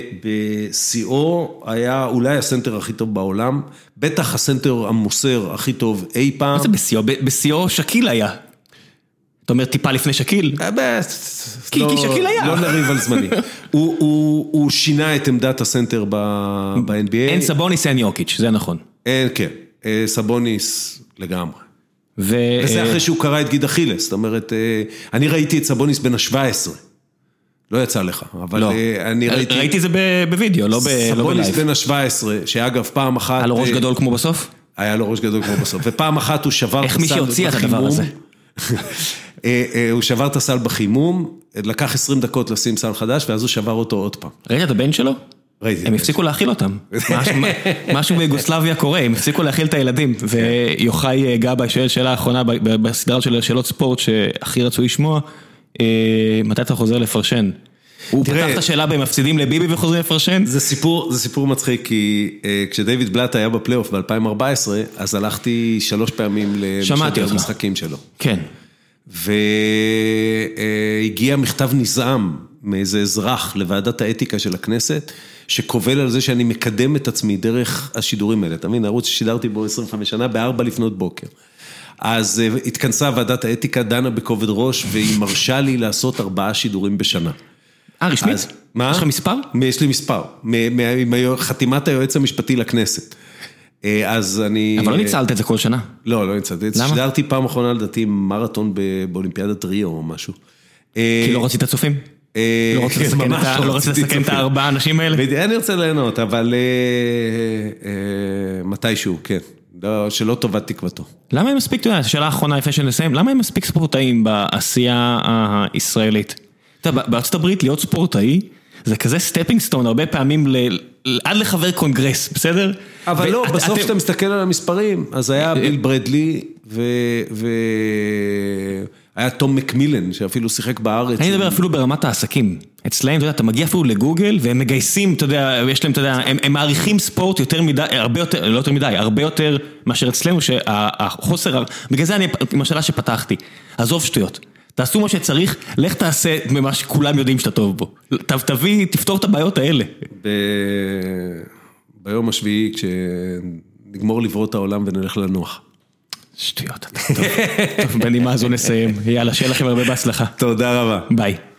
בשיאו היה אולי הסנטר הכי טוב בעולם, בטח הסנטר המוסר הכי טוב אי פעם. מה זה בשיאו? בשיאו שקיל היה. אתה אומר טיפה לפני שקיל? כי שקיל היה. לא נריב על זמני. הוא שינה את עמדת הסנטר ב-אן בי איי. אין סבוניס, אין יוקיץ', זה נכון. אין, כן. סבוניס לגמרי. וזה אחרי שהוא קרא את גיד אכילס. זאת אומרת, אני ראיתי את סבוניס בן ה-שבע עשרה. לא יצא לך, אבל אני ראיתי... ראיתי זה בווידאו, לא בלייב. סבוניס בן ה-שבע עשרה, שאגב פעם אחת... היה לו ראש גדול כמו בסוף? היה לו ראש גדול כמו בסוף, ופעם אחת הוא שבר את הסל... איך מי שהוציא את הדבר הזה? הוא שבר את הסל בחימום, לקח עשרים דקות לשים סל חדש, ואז הוא שבר אותו עוד פעם. ראית את הבן שלו? ראיתי. הם הפסיקו להאכיל אותם. משהו ביוגוסלביה קורה, הם הפסיקו להאכיל את הילדים. ויוחאי גבאי שואל שאלה האחרונה בסדרה של שאלות ספורט שהכי רצו לשמוע, מתי אתה חוזר לפרשן? הוא פתח את השאלה בין מפסידים לביבי וחוזרים לפרשן? זה סיפור, זה סיפור מצחיק, כי כשדייוויד בלאט היה בפלייאוף ב-אלפיים וארבע עשרה, אז הלכתי שלוש פעמים למשחקים שלו. כן. והגיע מכתב נזעם מאיזה אזרח לוועדת האתיקה של הכנסת, שקובל על זה שאני מקדם את עצמי דרך השידורים האלה. אתה מבין, הערוץ ששידרתי בו עשרים וחמש שנה, בארבע לפנות בוקר. אז התכנסה ועדת האתיקה, דנה בכובד ראש, והיא מרשה לי לעשות ארבעה שידורים בשנה. אה, רשמית? מה? יש לך מספר? יש לי מספר, חתימת היועץ המשפטי לכנסת. אז אני... אבל לא ניצלת את זה כל שנה. לא, לא ניצלתי. למה? שידרתי פעם אחרונה לדעתי מרתון באולימפיאדת ריו או משהו. כי לא רצית צופים? לא רוצה לסכן את הארבעה האנשים האלה? אני רוצה ליהנות, אבל מתישהו, כן. שלא טובת תקוותו. למה הם מספיק, אתה יודע, שאלה האחרונה לפני שנסיים, למה הם מספיק ספורטאים בעשייה הישראלית? אתה יודע, בארצות הברית להיות ספורטאי, זה כזה סטפינג סטון, הרבה פעמים עד לחבר קונגרס, בסדר? אבל לא, בסוף שאתה מסתכל על המספרים, אז היה ביל ברדלי, והיה תום מקמילן, שאפילו שיחק בארץ. אני מדבר אפילו ברמת העסקים. אצלהם, אתה יודע, אתה מגיע אפילו לגוגל, והם מגייסים, אתה יודע, יש להם, אתה יודע, הם מעריכים ספורט יותר מדי, הרבה יותר, לא יותר מדי, הרבה יותר מאשר אצלנו, שהחוסר, בגלל זה אני, עם השאלה שפתחתי, עזוב שטויות. תעשו מה שצריך, לך תעשה ממה שכולם יודעים שאתה טוב בו. תביא, תפתור את הבעיות האלה. ביום השביעי, כשנגמור לברוא את העולם ונלך לנוח. שטויות, טוב, בנימה זו נסיים. יאללה, שיהיה לכם הרבה בהצלחה. תודה רבה. ביי.